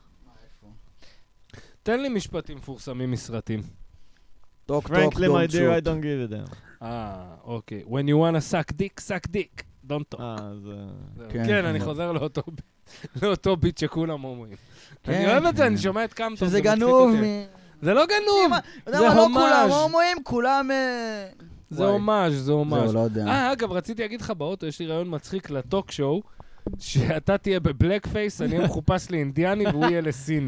תן לי משפטים מפורסמים מסרטים. טוק, Frankly, my dear, I don't give a damn. אוקיי. When you wanna suck dick, don't talk. כן, אני חוזר לאותו ביט שכולם אומרים. אני אוהב את זה, אני שומע את קמפטון. שזה גנוב זה לא גנוב, זה הומאז'. לא כולם הומואים, כולם... זה הומאז', זה הומאז'. זהו, לא יודע. אגב, רציתי להגיד לך באוטו, יש לי רעיון מצחיק לטוק שואו, שאתה תהיה בבלק פייס, אני אהיה מחופש לאינדיאני והוא יהיה לסיני.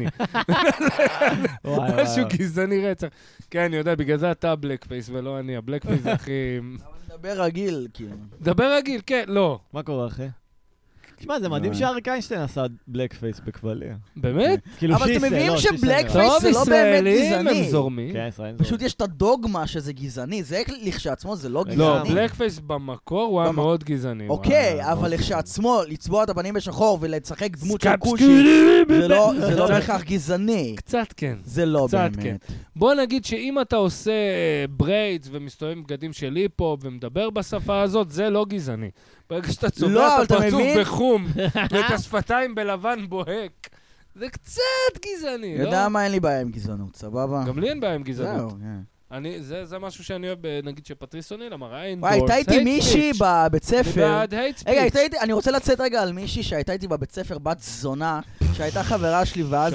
משהו גזעני רצח. כן, אני יודע, בגלל זה אתה בלק פייס ולא אני, הבלק פייס זה הכי... אבל נדבר רגיל, כאילו. דבר רגיל, כן, לא. מה קורה, אחי? תשמע, זה מדהים שאריק איינשטיין עשה בלק פייס בכבליה. באמת? אבל אתם מבינים שבלק פייס זה לא באמת גזעני. הם זורמים. פשוט יש את הדוגמה שזה גזעני, זה לכשעצמו זה לא גזעני. לא, בלק פייס במקור הוא היה מאוד גזעני. אוקיי, אבל לכשעצמו, לצבוע את הפנים בשחור ולצחק דמות של קושי, זה לא בהכרח גזעני. קצת כן. זה לא באמת. בוא נגיד שאם אתה עושה בריידס ומסתובב עם בגדים של היפ-הופ ומדבר בשפה הזאת, זה לא גזעני. ברגע שאתה צובע את הפרצוף בחום ואת השפתיים בלבן בוהק, זה קצת גזעני, לא? יודע מה, אין לי בעיה עם גזענות, סבבה? גם לי אין בעיה עם גזענות. זה משהו שאני אוהב, נגיד שפטריס אוניל אמר, הייתה איתי מישהי בבית ספר. בעד הייט ספיץ'. רגע, אני רוצה לצאת רגע על מישהי שהייתה איתי בבית ספר, בת זונה, שהייתה חברה שלי, ואז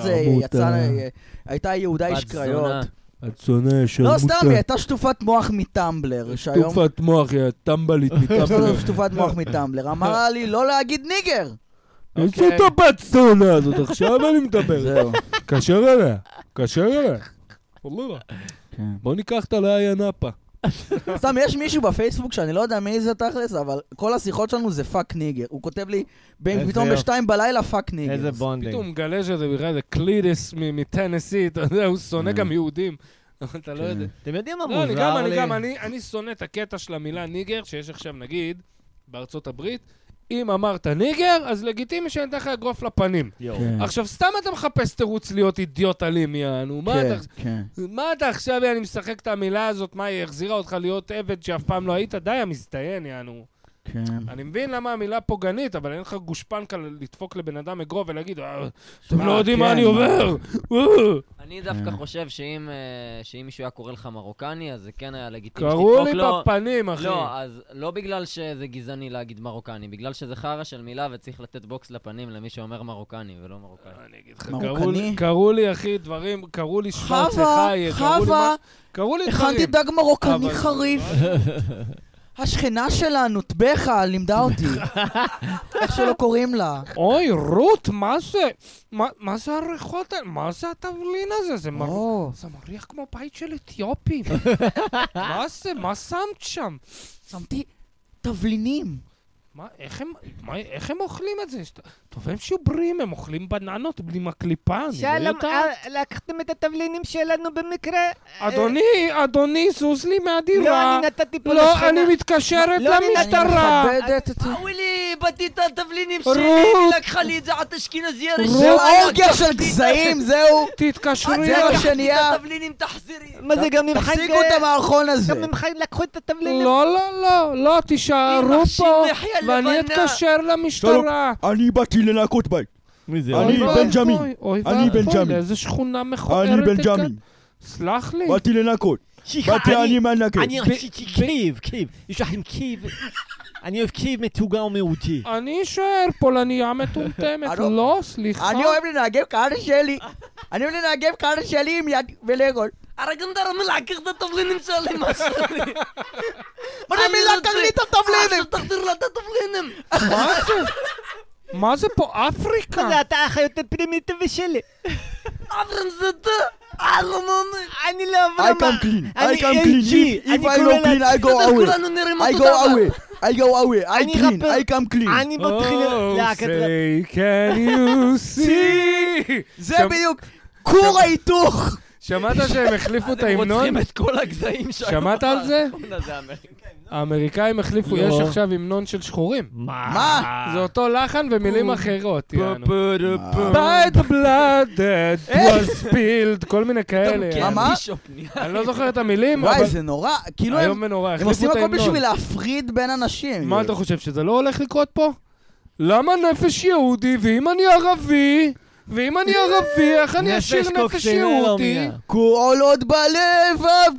הייתה יהודה איש קריות. את שונא לא, סתם, היא הייתה שטופת מוח מטמבלר. שטופת מוח, היא טמבלית מטמבלר. שטופת מוח מטמבלר. אמרה לי לא להגיד ניגר. איזה טופת זונה הזאת, עכשיו אני מדבר. זהו. קשר אליה. בוא ניקח את עליי הנאפה. סתם, יש מישהו בפייסבוק שאני לא יודע מי זה תכלס, אבל כל השיחות שלנו זה פאק ניגר. הוא כותב לי פתאום בשתיים בלילה פאק ניגר. איזה בונדינג. פתאום מגלה שזה בכלל, זה קלידס מטנסי, אתה יודע, הוא שונא גם יהודים. אתה לא יודע. אתם יודעים מה מוזר לי? אני שונא את הקטע של המילה ניגר, שיש עכשיו נגיד, בארצות הברית, אם אמרת ניגר, אז לגיטימי שאני אתן לך אגרוף לפנים. עכשיו, סתם אתה מחפש תירוץ להיות אידיוט אלים, יענו. מה אתה עכשיו, אני משחק את המילה הזאת, מה היא החזירה אותך להיות עבד שאף פעם לא היית? די, המזדיין, יענו. אני מבין למה המילה פוגענית, אבל אין לך גושפנקה לדפוק לבן אדם אגרוף ולהגיד, אתם לא יודעים מה אני עובר. אני דווקא חושב שאם מישהו היה קורא לך מרוקני, אז זה כן היה לגיטימי. קראו לי בפנים, אחי. לא, אז לא בגלל שזה גזעני להגיד מרוקני, בגלל שזה חרא של מילה וצריך לתת בוקס לפנים למי שאומר מרוקני ולא מרוקני. אני אגיד לך, קראו לי, אחי, דברים, קראו לי שוורצה חי, קראו לי דברים. הכנתי דג מרוקני חריף. השכנה שלנו, טבחה, לימדה אותי. איך שלא קוראים לה. אוי, רות, מה זה? מה זה הריחות האלה? מה זה התבלין הזה? זה מריח כמו בית של אתיופים. מה זה? מה שמת שם? שמתי תבלינים. איך הם אוכלים את זה? טוב, הם שוברים, הם אוכלים בננות בלי מקליפה. שלום, לקחתם את התבלינים שלנו במקרה? אדוני, זוז לי מהדירה. לא, אני נתתי פה לשכנה. לא, אני מתקשרת למשטרה. אני מכבדת את זה. אולי, באתי את התבלינים שלי, היא לקחה לי את זה עד אשכנזייה ראשונה. זהו אורגיה של גזעים, זהו. תתקשרי. זה מה שנהיה. התבלינים תחזירי. מה זה גם ממך? תפסיקו את המערכון הזה. גם ממך לקחו את התבלינים. לא, תישארו פה, ואני אתקשר למשטרה. אני באתי לנקות בית. מי זה? אני בנג'מין. אני בנג'מין. איזה שכונה מכוערת. אני בנג'מין. סלח לי. באתי לנקות. באתי אני מנקה. אני רציתי קייב. יש לכם קייב. אני אוהב קייב מתוגה ומהותי. אני אשאר פולניה מטומטמת. לא, סליחה. אני אוהב לנגב קארט שלי עם יג ולגול. הרגע נדבר מלעקח את התבלינים שלי, מה שלי? מי לקח לי את התבלינים? תחזיר לה את התבלינים. מה זה? מה זה פה? אפריקה? מה זה, אתה אחיות פרימיטיבי שלי. אברהם זה אתה. אני לא I come clean. If I לא clean, I go away. I come clean. אני מתחיל להקת... say, can you see? זה בדיוק. כור ההיתוך. שמעת שהם החליפו את ההמנון? הם רוצחים את כל הגזעים שהיו. שמעת על זה? זה האמריקאים החליפו, יש עכשיו המנון של שחורים. מה? זה אותו לחן ומילים אחרות, יענו. By the blood that was spilled, כל מיני כאלה. מה? אני לא זוכר את המילים, וואי, אבל... זה נורא, כאילו היום ונורא, הם עושים החליפו את הכל ההמנון. בשביל להפריד בין אנשים. מה אתה חושב, שזה לא הולך לקרות פה? למה נפש יהודי, ואם אני ערבי... איך אני אשאיר נפש יהודי? כל עוד בלבב,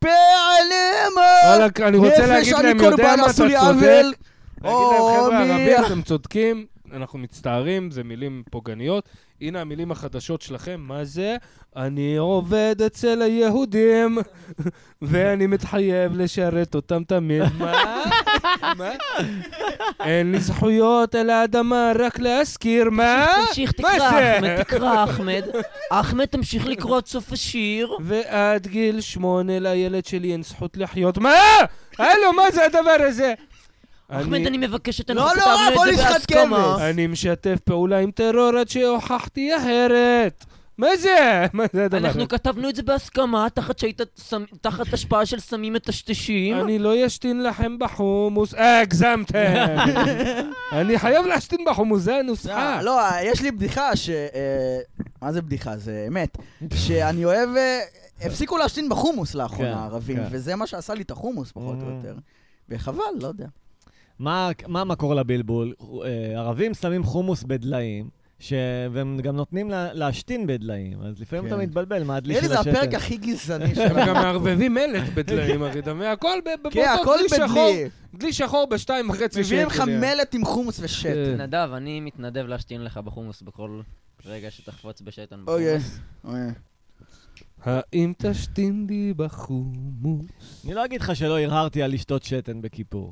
פעלמה. אני רוצה להגיד להם, יודע מה אתה צודק? להגיד להם, חבר'ה ערבים, אתם צודקים, אנחנו מצטערים, זה מילים פוגעניות. הנה המילים החדשות שלכם, מה זה? אני עובד אצל היהודים, ואני מתחייב לשרת אותם תמיד. מה? אין לי זכויות על האדמה, רק להזכיר, מה? תמשיך, תקרא, אחמד. אחמד, תמשיך לקרוא את סוף השיר. ועד גיל 8 לילד שלי אין זכות לחיות. מה? הלו, מה זה הדבר הזה? אחמד, אני מבקש את לא, בוא נשחט כבש. אני משתף פעולה עם טרור עד שהוכחתי אחרת. מה זה? מה זה הדבר? אנחנו כתבנו את זה בהסכמה, תחת השפעה של סמים מטשטשים. אני לא ישתין לכם בחומוס. הגזמתם. אני חייב להשתין בחומוס, זה הנוסחה. לא, יש לי בדיחה מה זה בדיחה? זה אמת. שאני אוהב... הפסיקו להשתין בחומוס לאחרונה, הערבים, וזה מה שעשה לי את החומוס, פחות או יותר. וחבל, לא יודע. מה המקור לבלבול? ערבים שמים חומוס בדליים, והם גם נותנים להשתין בדליים, אז לפעמים אתה מתבלבל, מה הדלי של השתן? זה הפרק הכי גזעני שלנו. הם גם מערבבים מלט בדליים, הרי דמה, הכל דלי שחור ב2.5 שקל. מביאים לך מלט עם חומוס ושתן. נדב, אני מתנדב להשתין לך בחומוס בכל רגע שתחפוץ בשתן בחומוס. אוקיי. האם תשתין לי בחומוס? אני לא אגיד לך שלא הרהרתי על לשתות שתן בכיפור.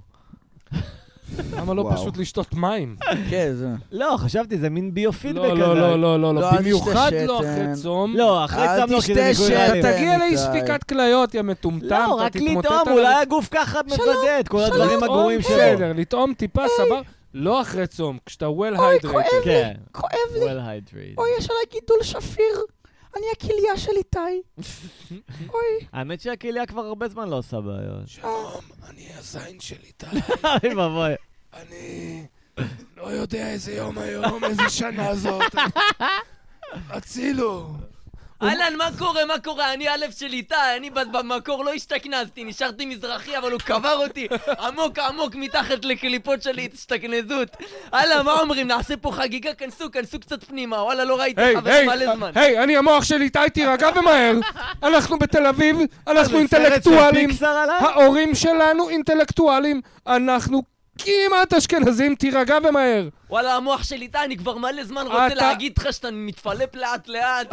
למה לא פשוט לשתות מים? כן, זה... לא, חשבתי, זה מין ביופידבק כזה. לא, במיוחד לא אחרי צום. לא, אחרי צום לא, כי זה ניגוד אתה תגיע לאי ספיקת כליות, יא מטומטם, לא, רק לטעום, אולי הגוף ככה מבדד, כל הדברים הגרועים שלו. בסדר, לטעום טיפה סבבה, לא אחרי צום, כשאתה well hydrated. כואב לי. אוי, יש עליי גידול שפיר. אני הכליה של איתי. אוי. האמת שהכליה כבר הרבה זמן לא עושה בעיות. שלום, אני הזין של איתי. אוי בבוי. אני לא יודע איזה יום היום, איזה שנה זאת. הצילו. אהלן, מה קורה? אני א' של איתי, אני במקור לא השתכנזתי, נשארתי מזרחי, אבל הוא קבר אותי עמוק מתחת לקליפות שלי, השתכנזות. הלאה, מה אומרים? נעשה פה חגיגה, כנסו קצת פנימה, וואלה, לא ראיתי חברים מלא זמן. היי, אני המוח של איתי, תירגע ומהר. אנחנו בתל אביב, אנחנו אינטלקטואלים, ההורים שלנו אינטלקטואלים, אנחנו כמעט אשכנזים, תירגע ומהר. וואלה, המוח של איתי, אני כבר מלא זמן רוצה להגיד לך שאתה מתפלפ לאט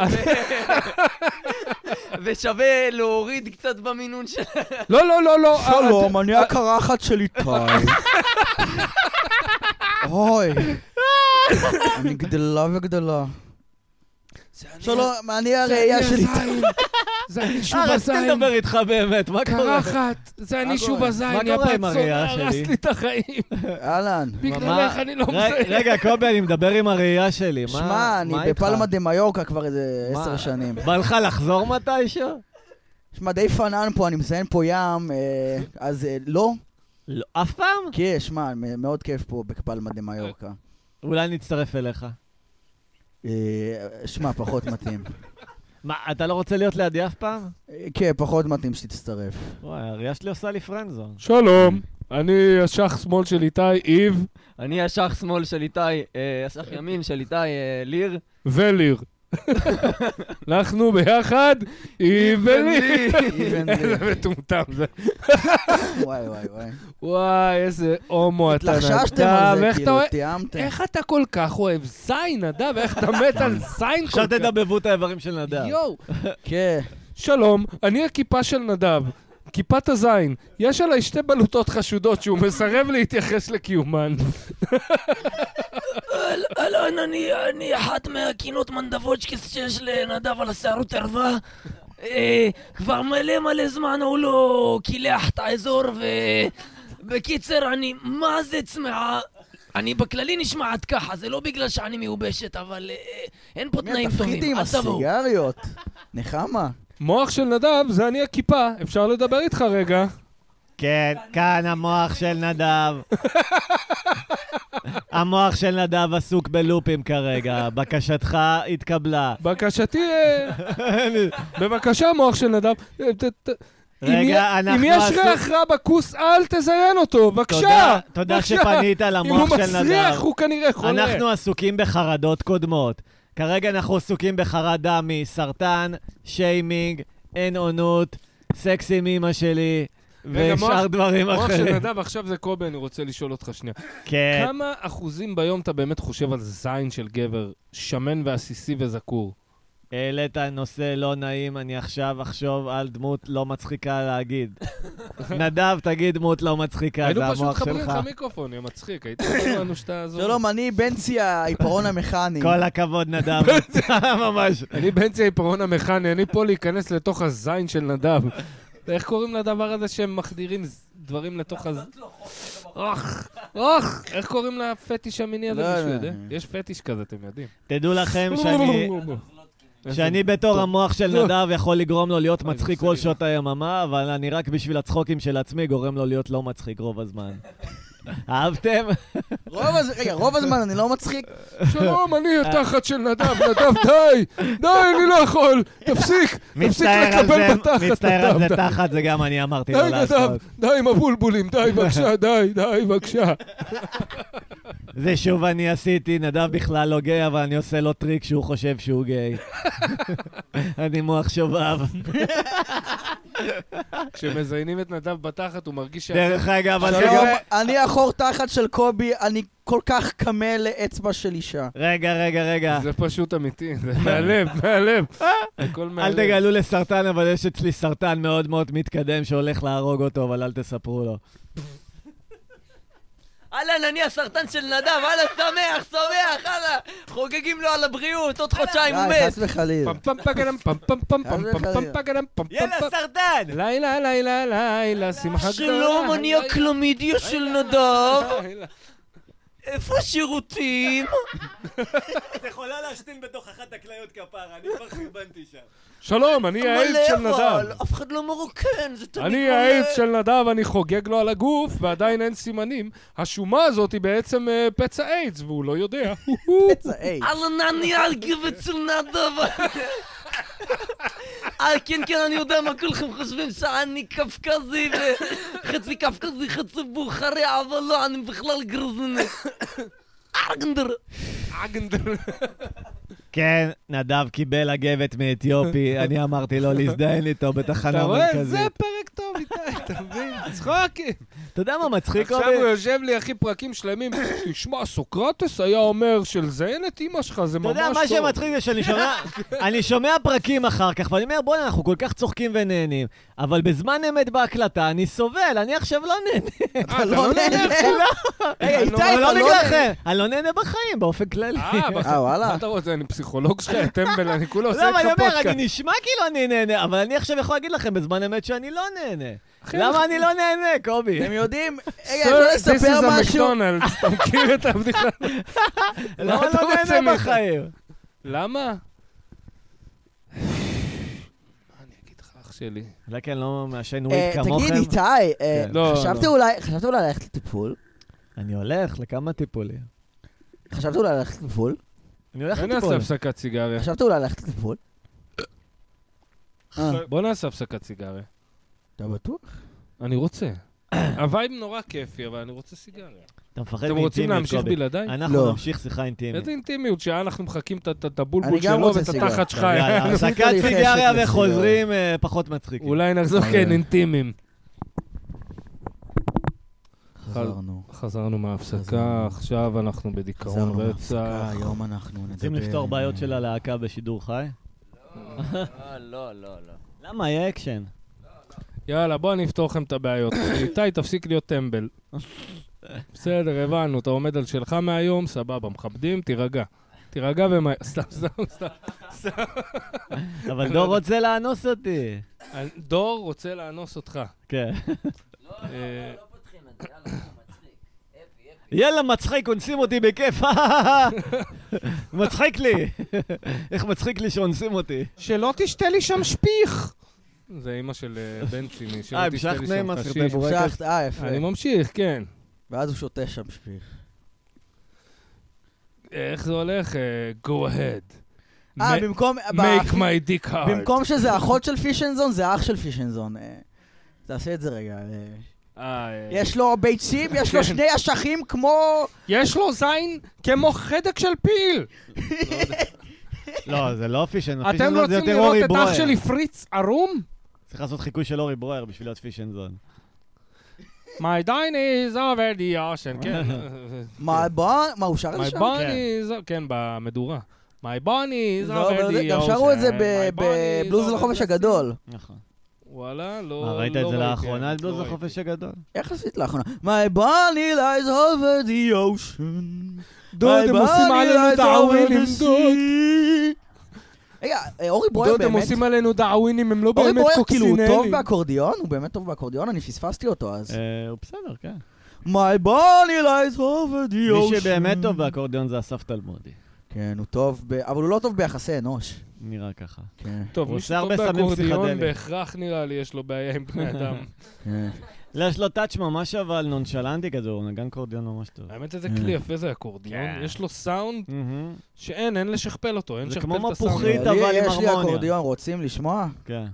ושווה להוריד קצת במינון של... לא. שלום, אני הקרחת של איתי. אוי, אני גדלה וגדלה. שלום, אני הראייה של איתי. זה אני שוב הזין. רציתי לדבר איתך באמת, מה קורה? קרחת, זה אני שוב הזין. מה קורה עם הראייה שלי? הרס לי את החיים. אהלן. בגללך אני לא מזהה. רגע, קובי, אני מדבר עם הראייה שלי. שמע, אני בפלמה דה מיורקה כבר איזה 10 שנים. בא לך לחזור מתישהו? שמע, די פנן פה, אני מזיין פה ים, אז לא. לא, אף פעם? כן, שמע, מאוד כיף פה בפלמה דה מיורקה. אולי נצטרף אליך. שמע, פחות מתאים. מה, אתה לא רוצה להיות לידי אף פעם? כן, פחות מתאים שתצטרף. וואי, הראייה שלי עושה לי פרנזון. שלום, אני השח שמאל של איתי, איב. אני השח שמאל של איתי, השח ימין של איתי, ליר. וליר. אנחנו ביחד, איב וליר. איזה מטומטם זה. וואי. וואי, איזה הומו אתה נדב. התלחששתם על זה, כאילו, תיאמתם. איך אתה כל כך אוהב זין, נדב? איך אתה מת על זין כל כך? עכשיו תדבבו את האיברים של נדב. יואו. כן. שלום, אני הכיפה של נדב. כיפת הזין. יש עליי 2 בלוטות חשודות שהוא מסרב להתייחס לקיומן. אלון, אני אחת מהקינות מנדבוצ'קס שיש לנדב על השערות ערווה. כבר מלא זמן הוא לא קילח את האזור, ובקיצר, אני מה זה צמאה. אני בכללי נשמעת ככה, זה לא בגלל שאני מיובשת, אבל אין פה תנאים טובים. תפחידי עם הסיגריות. נחמה. מוח של נדב, זה אני הכיפה. אפשר לדבר איתך רגע? כן, כאן המוח של נדב. המוח של נדב עסוק בלופים כרגע. בקשתך התקבלה. בקשתי... בבקשה, מוח של נדב. רגע, אנחנו... אם יש ריח רע בכוס, אל תזיין אותו. בבקשה. תודה שפנית למוח של נדב. אם הוא מסריח, הוא כנראה חולה. אנחנו עסוקים בחרדות קודמות. כרגע אנחנו עסוקים בחרדה מסרטן, שיימינג, אין עונות, סקס עם אמא שלי, ושאר דברים אחרים. מוח של נדב, עכשיו זה קובי, אני רוצה לשאול אותך שנייה. כן. כמה אחוזים ביום אתה באמת חושב על זין של גבר, שמן ועסיסי וזקור? העלית נושא לא נעים, אני עכשיו אחשוב על דמות לא מצחיקה להגיד. נדב, תגיד דמות לא מצחיקה, זה המוח שלך. היינו פשוט חברים לך מיקרופון, יהיה מצחיק, הייתי אומר לנו שאתה... שלום, אני בנצי העיפרון המכני. כל הכבוד, נדב. ממש. אני בנצי העיפרון המכני, אני פה להיכנס לתוך הזין של נדב. איך קוראים לדבר הזה שהם מחדירים דברים לתוך איך קוראים לפטיש המיני הזה מישהו יודע? יש פטיש כזה, אתם יודעים. תדעו לכם שאני בתור המוח של נדב יכול לגרום לו להיות מצחיק כל שעות היממה, אבל אני רק בשביל הצחוקים של עצמי גורם לו להיות לא מצחיק רוב הזמן. אהבתם? רוב הזמן אני לא מצחיק. שלום, אני התחת של נדב, די, אני לא יכול, תפסיק לקבל בתחת, נדב. מצטער על זה תחת, זה גם אני אמרתי לו לעשות. די עם הבולבולים, די בבקשה, די בבקשה. זה שוב אני עשיתי, נדב בכלל לא גיי, אבל אני עושה לו טריק שהוא חושב שהוא גיי. אני מוח שובב. כשמזיינים את נדב בתחת, הוא מרגיש דרך אגב, אני החור תחת של קובי, אני כל כך קמה לאצבע של אישה. רגע. זה פשוט אמיתי, זה מהלב. אל תגלו לסרטן, אבל יש אצלי סרטן מאוד מאוד מתקדם שהולך להרוג אותו, אבל אל תספרו לו. אהלן, אני הסרטן של נדב, אהלן, שמח, אהלן, חוגגים לו על הבריאות, עוד חודשיים הוא מת. חס וחליל. יאללה, סרטן! לילה, שמחה גדולה. שלום, אני הקלמידיה של נדב. איפה השירותים? את יכולה להשתין בתוך אחת הכליות כפרה, אני כבר חירבנתי שם. שלום, אני האיידס של נדב. אף אחד לא מרוקן, זה תמיד אני האיידס של נדב, אני חוגג לו על הגוף, ועדיין אין סימנים. השומה הזאת היא בעצם פצע איידס, והוא לא יודע. פצע איידס. אהלן, אני הגברת של נדב. כן, אני יודע מה כולכם חושבים שאני קפקזי וחצי קפקזי, חצי בוכרי, אבל לא, אני בכלל גרזני. ארגנדר. כן, נדב קיבל אגבת מאתיופי, אני אמרתי לו להזדיין איתו בתחנה מרכזית. אתה רואה? זה פרק טוב איתי, אתה מבין? צחוקים. אתה יודע מה מצחיק עכשיו הוא יושב לי, אחי, פרקים שלמים. תשמע, סוקרטס היה אומר של זיין את אמא שלך, זה ממש טוב. אתה יודע, מה שמצחיק זה שאני שומע פרקים אחר כך, ואני אומר, בוא, אנחנו כל כך צוחקים ונהנים, אבל בזמן אמת בהקלטה אני סובל, אני עכשיו לא נהנה. אתה לא נהנה? רגע, איתי, אתה לא נהנה? אני לא נהנה בחיים, באופן כללי. וואלה. מה אתה רוצה? אני פסיכולוג שלך, טמבל, אני כולה עושה לא, איתך אבל אני אומר, פודקאסט. אני נשמע כאילו אני נהנה, אבל אני עכשיו יכול להגיד לכם בזמן אמת שאני לא נהנה. למה אני לא נהנה, קובי? אתם יודעים, רגע, אפשר לספר משהו? מקדונלדס, אתה מכיר את הבדיחה? למה לא נהנה בחיים? למה? מה אני אגיד לך, אח שלי? אולי כן, לא מעשן וויד כמוכם. תגיד, איתי, חשבת אולי ללכת לטיפול? אני הולך לכמה טיפולים. חשבת אולי ללכת לטיפול? אני הולך בוא לטיפול. נעשה הפסקת סיגריה. חשבת אולי ללכת לטיפול? בוא נעשה הפסקת סיגריה. אתה בטוח? אני רוצה. הווייב נורא כיפי, אבל אני רוצה סיגריה. אתה מפחד אתם רוצים להמשיך בלעדיי? אנחנו נמשיך שיחה אינטימית. איזה אינטימיות, שאנחנו מחכים את הבולבול אני גם שלו רוצה ואת סיגריה. התחת שלך. הפסקת סיגריה וחוזרים פחות מצחיקים. אולי נחזור כן אינטימיים. חזרנו מההפסקה, עכשיו אנחנו בדיכאון רצח. היום אנחנו נדבר. רוצים לפתור בעיות של הלהקה בשידור חי? לא. למה? יהיה אקשן. יאללה, בוא אני אפתור לכם את הבעיות. איתי, תפסיק להיות טמבל. בסדר, הבנו, אתה עומד על שלך מהיום, סבבה, מכבדים, תירגע סתם. אבל דור רוצה לאנוס אותי. דור רוצה לאנוס אותך. כן. לא פותחים את זה, יאללה, מצחיק. יאללה, מצחיק, אונסים אותי בכיף. מצחיק לי. איך מצחיק לי שאונסים אותי. שלא תשתה לי שם שפיך. זה אמא של בנציני, שלא תשתה לי שם חשיש. יפה. אני ממשיך, כן. ואז הוא שותה שם שפיך. איך זה הולך? Go ahead. במקום... Make my dick hard. במקום שזה אחות של פישנזון, זה אח של פישנזון. תעשה את זה רגע. יש לו ביצים, יש לו שני אשכים כמו... יש לו זין כמו חדק של פיל. לא, זה לא פישנזון. אתם רוצים לראות את אח שלי פריץ ערום? צריך לעשות חיקוי של אורי ברויר בשביל להיות פישנזון. My dine is over the ocean, כן. מה, הוא שר את זה שם? My bunny is... כן, במדורה. My bunny is over the ocean. גם שרו את זה בבלוז לחופש הגדול. נכון. וואלה, לא... ראית את זה לאחרונה, בלוז לחופש הגדול? איך עשית לאחרונה? My bunny lies over the ocean. דוד, הם עושים עלינו דעווינים, דוד. רגע, אורי ברויר באמת... דוד, הם עושים עלינו דעווינים, הם לא אורי באמת ברויר קוקסינלים. כאילו הוא טוב באקורדיון? הוא באמת טוב באקורדיון? אני פספסתי אותו אז. הוא בסדר, כן. My bunny lies over the ocean. מי שבאמת טוב באקורדיון זה אסף תלמודי. כן, הוא טוב, אבל הוא לא טוב ביחסי אנוש. נראה ככה. טוב, מי שטוב באקורדיון בהכרח נראה לי יש לו בעיה עם בני אדם. יש לו טאץ' ממש אבל נונשלנטי כזה, הוא נגן אקורדיון ממש טוב. האמת איזה כלי יפה זה אקורדיון, יש לו סאונד שאין לשכפל אותו, אין לשכפל את הסאונד. זה כמו מפוחית אבל עם הרמוניה. יש לי אקורדיון, רוצים לשמוע? כן.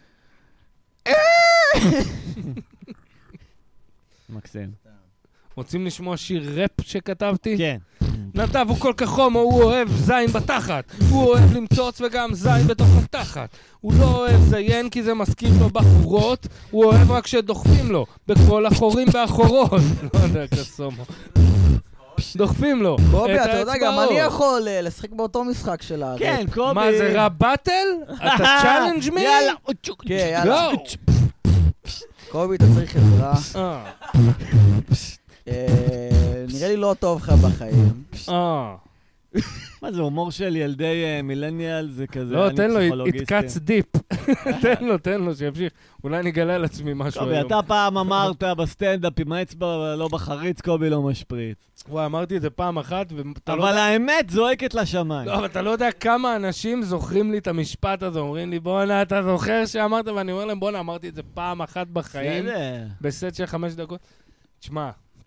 מקסים. רוצים לשמוע שיר ראפ שכתבתי? כן. נדב הוא כל כך הומו, הוא אוהב זין בתחת. הוא אוהב למצוץ וגם זין בתוך התחת. הוא לא אוהב זיין כי זה מזכיר לו בחורות. הוא אוהב רק שדוחפים לו בכל החורים והחורות. לא יודע, קסומו. דוחפים לו. קובי, אתה יודע, גם אני יכול לשחק באותו משחק של הראפ. כן, קובי. מה, זה ראפ באטל? אתה צ'אלנג' מי? יאללה. כן, יאללה. גו! קובי, אתה צריך עזרה. נראה לי לא טוב לך בחיים. מה זה, הומור של ילדי מילניאל זה כזה? לא, תן לו, it cuts deep. תן לו, שימשיך. אולי נגלה על עצמי משהו היום. קובי, אתה פעם אמרת בסטנדאפ עם האצבע לא בחריץ, קובי לא משפריץ. וואי, אמרתי את זה פעם אחת, אבל האמת זועקת לשמיים. לא, אבל אתה לא יודע כמה אנשים זוכרים לי את המשפט הזה, אומרים לי, בואנה, אתה זוכר שאמרת, ואני אומר להם, בואנה, אמרתי את זה פעם אחת בחיים, בסט של 5 דקות. תשמע,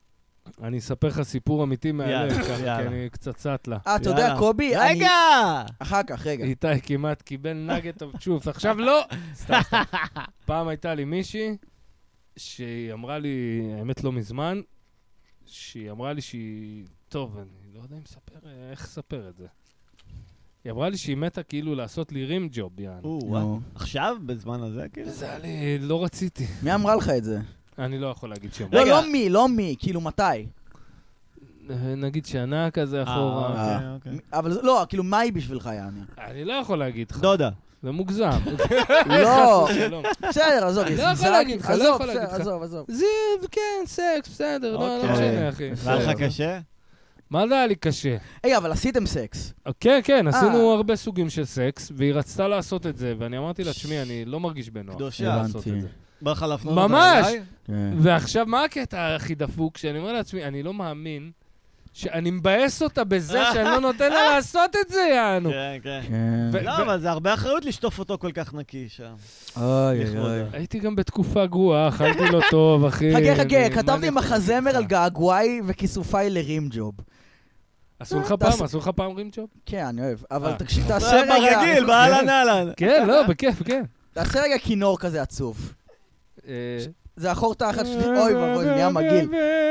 אני אספר לך סיפור אמיתי מהלב, כי אני קצת סטלה. אתה יודע, קובי, רגע! אחר כך, רגע. איתי כמעט קיבל נגט אוף צ'וף, עכשיו לא! סתם. פעם הייתה לי מישהי, שהיא אמרה לי, האמת לא מזמן, שהיא אמרה לי שהיא... טוב, אני לא יודע איך לספר את זה. היא אמרה לי שהיא מתה כאילו לעשות לי רים ג'וב, יענו. עכשיו? בזמן הזה כאילו? זה היה לי... לא רציתי. מי אמרה לך את זה? אני לא יכול להגיד שם. לא מי, כאילו מתי? נגיד שנה כזה אחורה. אבל לא, כאילו מה היא בשבילך, יעני? אני לא יכול להגיד לך. דודה. זה מוגזם. לא. בסדר, עזוב. לא יכול להגיד לך, לא יכול להגיד לך. עזוב. זה, כן, סקס, בסדר, לא משנה, אחי. היה לך קשה? מה זה היה לי קשה? היי, אבל עשיתם סקס. כן, עשינו הרבה סוגים של סקס, והיא רצתה לעשות את זה, ואני אמרתי לה, תשמעי, אני לא מרגיש בנוח לעשות את זה. בא לך להפנות ממש! ועכשיו, מה הקטע הכי דפוק? שאני אומר לעצמי, אני לא מאמין שאני מבאס אותה בזה שאני לא נותן לה לעשות את זה, יענו. כן. לא, אבל זה הרבה אחריות לשטוף אותו כל כך נקי שם. אוי. הייתי גם בתקופה גרועה, אכלתי לו טוב, אחי. חכה, כתבתי מחזמר על געגועי וכיסופיי לרים ג'וב. עשו לך פעם רים ג'וב? כן, אני אוהב. אבל תקשיב, תעשה רגע... ברגיל, באהלן אהלן. כן, לא, בכיף, כן. תעשה רגע כינור כזה עצוב. זה אחור תחת שלי, אוי ואבוי, נהיה מגעיל.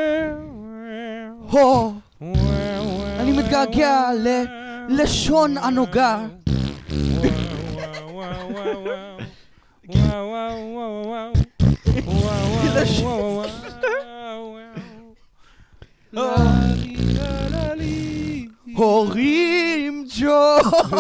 אני מתגעגע ללשון הנוגה. הורים ג'וב,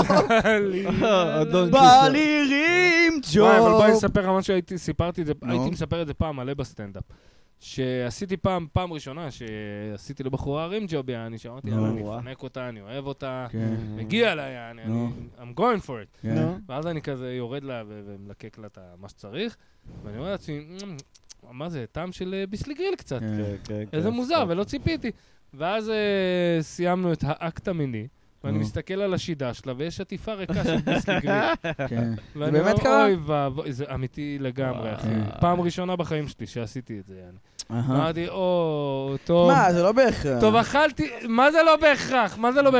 בא לי רים ג'וב. אבל בואי נספר לך משהו, הייתי מספר את זה פעם מלא בסטנדאפ. שעשיתי פעם ראשונה שעשיתי לבחורה רים ג'וב, אני שאמרתי, אני אפנק אותה, אני אוהב אותה, מגיע לה, I'm going for it. ואז אני כזה יורד לה ומלקק לה מה שצריך, ואני אומר לעצמי, מה זה, טעם של ביסלי גריל קצת. איזה מוזר, ולא ציפיתי. ואז סיימנו את האקט המיני, ואני מסתכל על השידה שלה, ויש עטיפה ריקה של ביסלי גריל. זה באמת קרה? זה אמיתי לגמרי, אחי. פעם ראשונה בחיים שלי שעשיתי את זה, אמרתי, טוב. מה, זה לא בהכרח. טוב, אכלתי, מה זה לא בהכרח?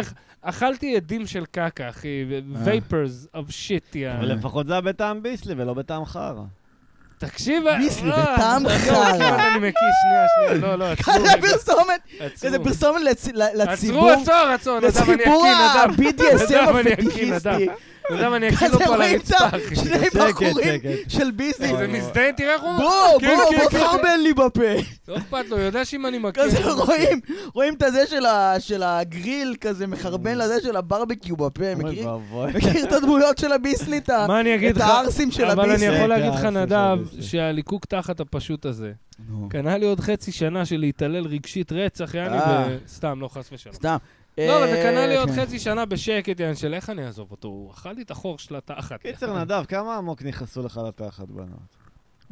אכלתי עדים של קקה, אחי, vapors of shit, אבל לפחות זה היה בטעם ביסלי ולא בטעם חרא. תקשיב, ביסלי, בטעם חרא. אני מקיא, שנייה, לא, עצרו רגע. כזה פרסומת, איזה פרסומת לציבור. עצור, לציבור ה-BDSM הפטישיסטי. אתה יודע מה, אני אקיא לו פה לרצפה, אחי. שני בחורים של ביסלי. זה מזדיין, תראה איך הוא... בוא תחרבן לי בפה. לא אכפת לו, יודע שאם אני מכיר... כזה רואים את הזה של הגריל, כזה מחרבן לזה של הברבקיו בפה. מכיר את הדמויות של הביסלי, את הארסים של הביסלי. אבל אני יכול להגיד לך, נדב, שהליקוק תחת הפשוט הזה, קנה לי עוד חצי שנה של להתעלל רגשית רצח, יעני, סתם, לא חס ושלום. סתם. לא, אבל זה קנה לי עוד חצי שנה בשקט, יעני, של איך אני אעזוב אותו, הוא אכל לי את החור של התחת. קיצר נדב, כמה עמוק נכנסו לך לתחת בנות?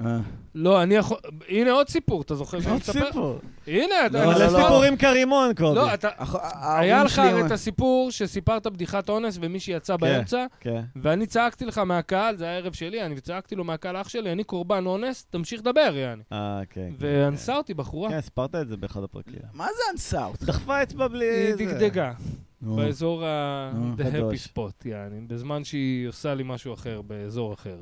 לא, אני יכול... הנה עוד סיפור, אתה זוכר שאני מספר? עוד סיפור. הנה, זה סיפורים קרימון, קובי. לא, היה לך את הסיפור שסיפרת בדיחת אונס ומישהי יצא באמצע, ואני צעקתי לך מהקהל, זה היה ערב שלי, אני צעקתי לו מהקהל אח שלי, אני קורבן אונס, תמשיך לדבר, יעני. כן. ואנסה אותי בחורה. כן, ספרת את זה באחד הפרקים. מה זה אנסה אותך? דחפה אצבע בלי... היא דגדגה. באזור ה-happy spot, יעני, בזמן שהיא עושה לי משהו אחר, באזור אחר.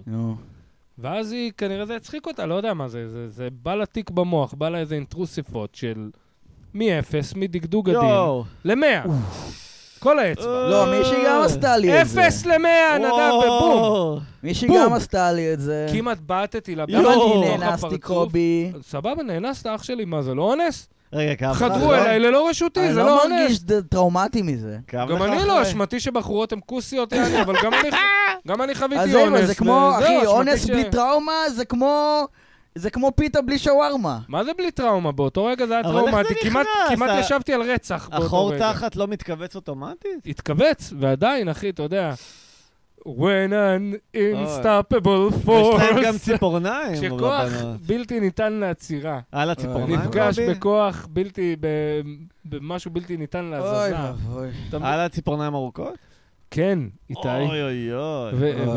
ואז היא, כנראה זה הצחיק אותה, לא יודע מה זה, זה בא לתיק במוח, בא לה איזה אינטרוסיפות של מ-0, מדגדוג הדין, ל-100. כל האצבע. לא, מישהי גם עשתה לי את זה. 0 ל-100, נדב, ובום. מישהי גם עשתה לי את זה. כמעט באתתי לה. גם אני נאנסתי, קובי. סבבה, נאנסת, אח שלי, מה זה, לא אונס? רגע, כמה... חדרו אליי ללא רשותי, זה לא אונס. אני לא מרגיש טראומטי מזה. גם אני לא, אשמתי שבחורות הן כוסיות, אבל גם אני חוויתי אונס. זה כמו, אחי, אונס בלי טראומה זה כמו פיתה בלי שווארמה. מה זה בלי טראומה? באותו רגע זה היה טראומטי, כמעט ישבתי על רצח באותו רגע. החור תחת לא מתכווץ אוטומטית? התכווץ, ועדיין, אחי, אתה יודע, when an unstoppable force. יש להם גם ציפורניים. שכוח בלתי ניתן לעצירה. על הציפורניים? נפגש בכוח בלתי, במשהו בלתי ניתן להזזה. על הציפורניים ארוכות? כן, איתי. אוי אוי אוי.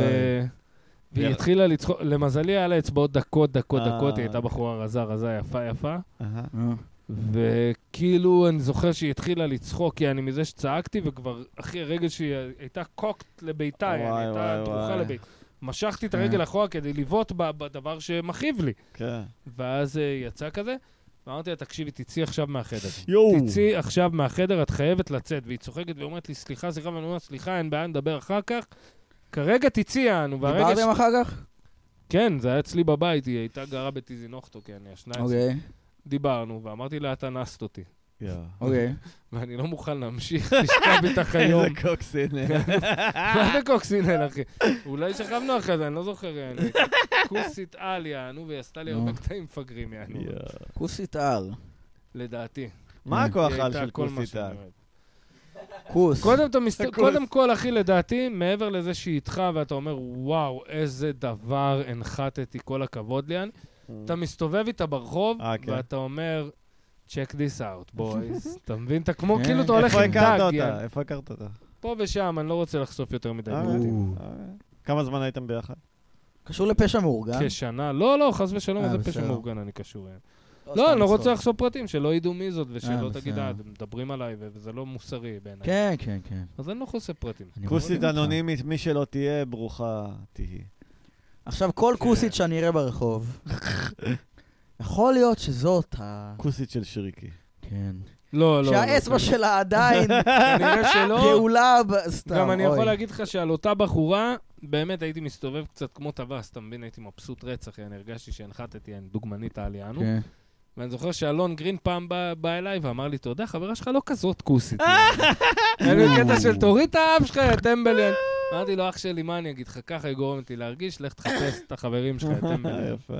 והיא התחילה לצחוק, למזלי היה לה אצבעות דקות, היא הייתה בחורה רזה, יפה. וכאילו אני זוכר שהיא התחילה לצחוק, כי אני מזה שצעקתי, וכבר אחרי הרגל שהיא הייתה קוקט לביתה, היא הייתה דרוכה לביתה. משכתי את הרגל אחורה כדי לבעוט בדבר שמכאיב לי. כן. ואז יצא כזה, ואמרתי לה, תקשיבי, תצאי עכשיו מהחדר. יואו. תצאי עכשיו מהחדר, את חייבת לצאת. והיא צוחקת ואומרת לי, סליחה, ואני אומר, סליחה, אין בעיה, נדבר אחר כך. כרגע תצאי, אנו. דיברתם אחר כך? כן, זה היה אצלי בבית, היא הייתה גרה בטיזינוכטו, כי אני השנה אצלי. אוקיי. דיברנו, ואמרתי לה, אתה נסת אותי. אוקיי. ואני לא מוכן להמשיך, תשכב איתך היום. איזה קוקסינל. מה זה קוקסינל, אחי? אולי שכבנו אחרי זה, אני לא זוכר. כוסית על, יענו, והיא עשתה לי הרבה קטעים מפגרים, יענו. כוסית על. לדעתי. מה הכוח על של כוסית על? כוס. קודם כל, אחי, לדעתי, מעבר לזה שהיא איתך, ואתה אומר, וואו, איזה דבר הנחתתי, כל הכבוד לי, אתה מסתובב איתה ברחוב, ואתה אומר, check this out, boys. אתה מבין? אתה כמו, כאילו אתה הולך עם דג. איפה הכרת אותה? פה ושם, אני לא רוצה לחשוף יותר מדי פרטים. כמה זמן הייתם ביחד? קשור לפשע מאורגן? כשנה. לא, חס ושלום, איזה פשע מאורגן אני קשור. לא, אני לא רוצה לחשוף פרטים, שלא ידעו מי זאת, ושלא תגיד, מדברים עליי, וזה לא מוסרי בעיניי. כן, כן, כן. אז אני לא חושף פרטים. כוסית אנונימית, מי שלא תהיה, ברוכה תהי. עכשיו, כל כוסית שאני אראה ברחוב, יכול להיות שזאת כוסית של שריקי. כן. לא, לא. שהאצבע שלה עדיין כנראה שלא. גאולה סתם. גם אני יכול להגיד לך שעל אותה בחורה, באמת הייתי מסתובב קצת כמו טווס, אתה מבין? הייתי מבסוט רצח, אני הרגשתי שהנחתתי, אני דוגמנית העליינו. ואני זוכר שאלון גרין פעם בא אליי ואמר לי, אתה יודע, חברה שלך לא כזאת כוסית. היה לי קטע של תוריד את האף שלך, יא טמבליין. אמרתי לו, אח שלי, מה אני אגיד לך? ככה היא גורמת לי להרגיש, לך תחפש את החברים שלך, יא טמבליין. יפה.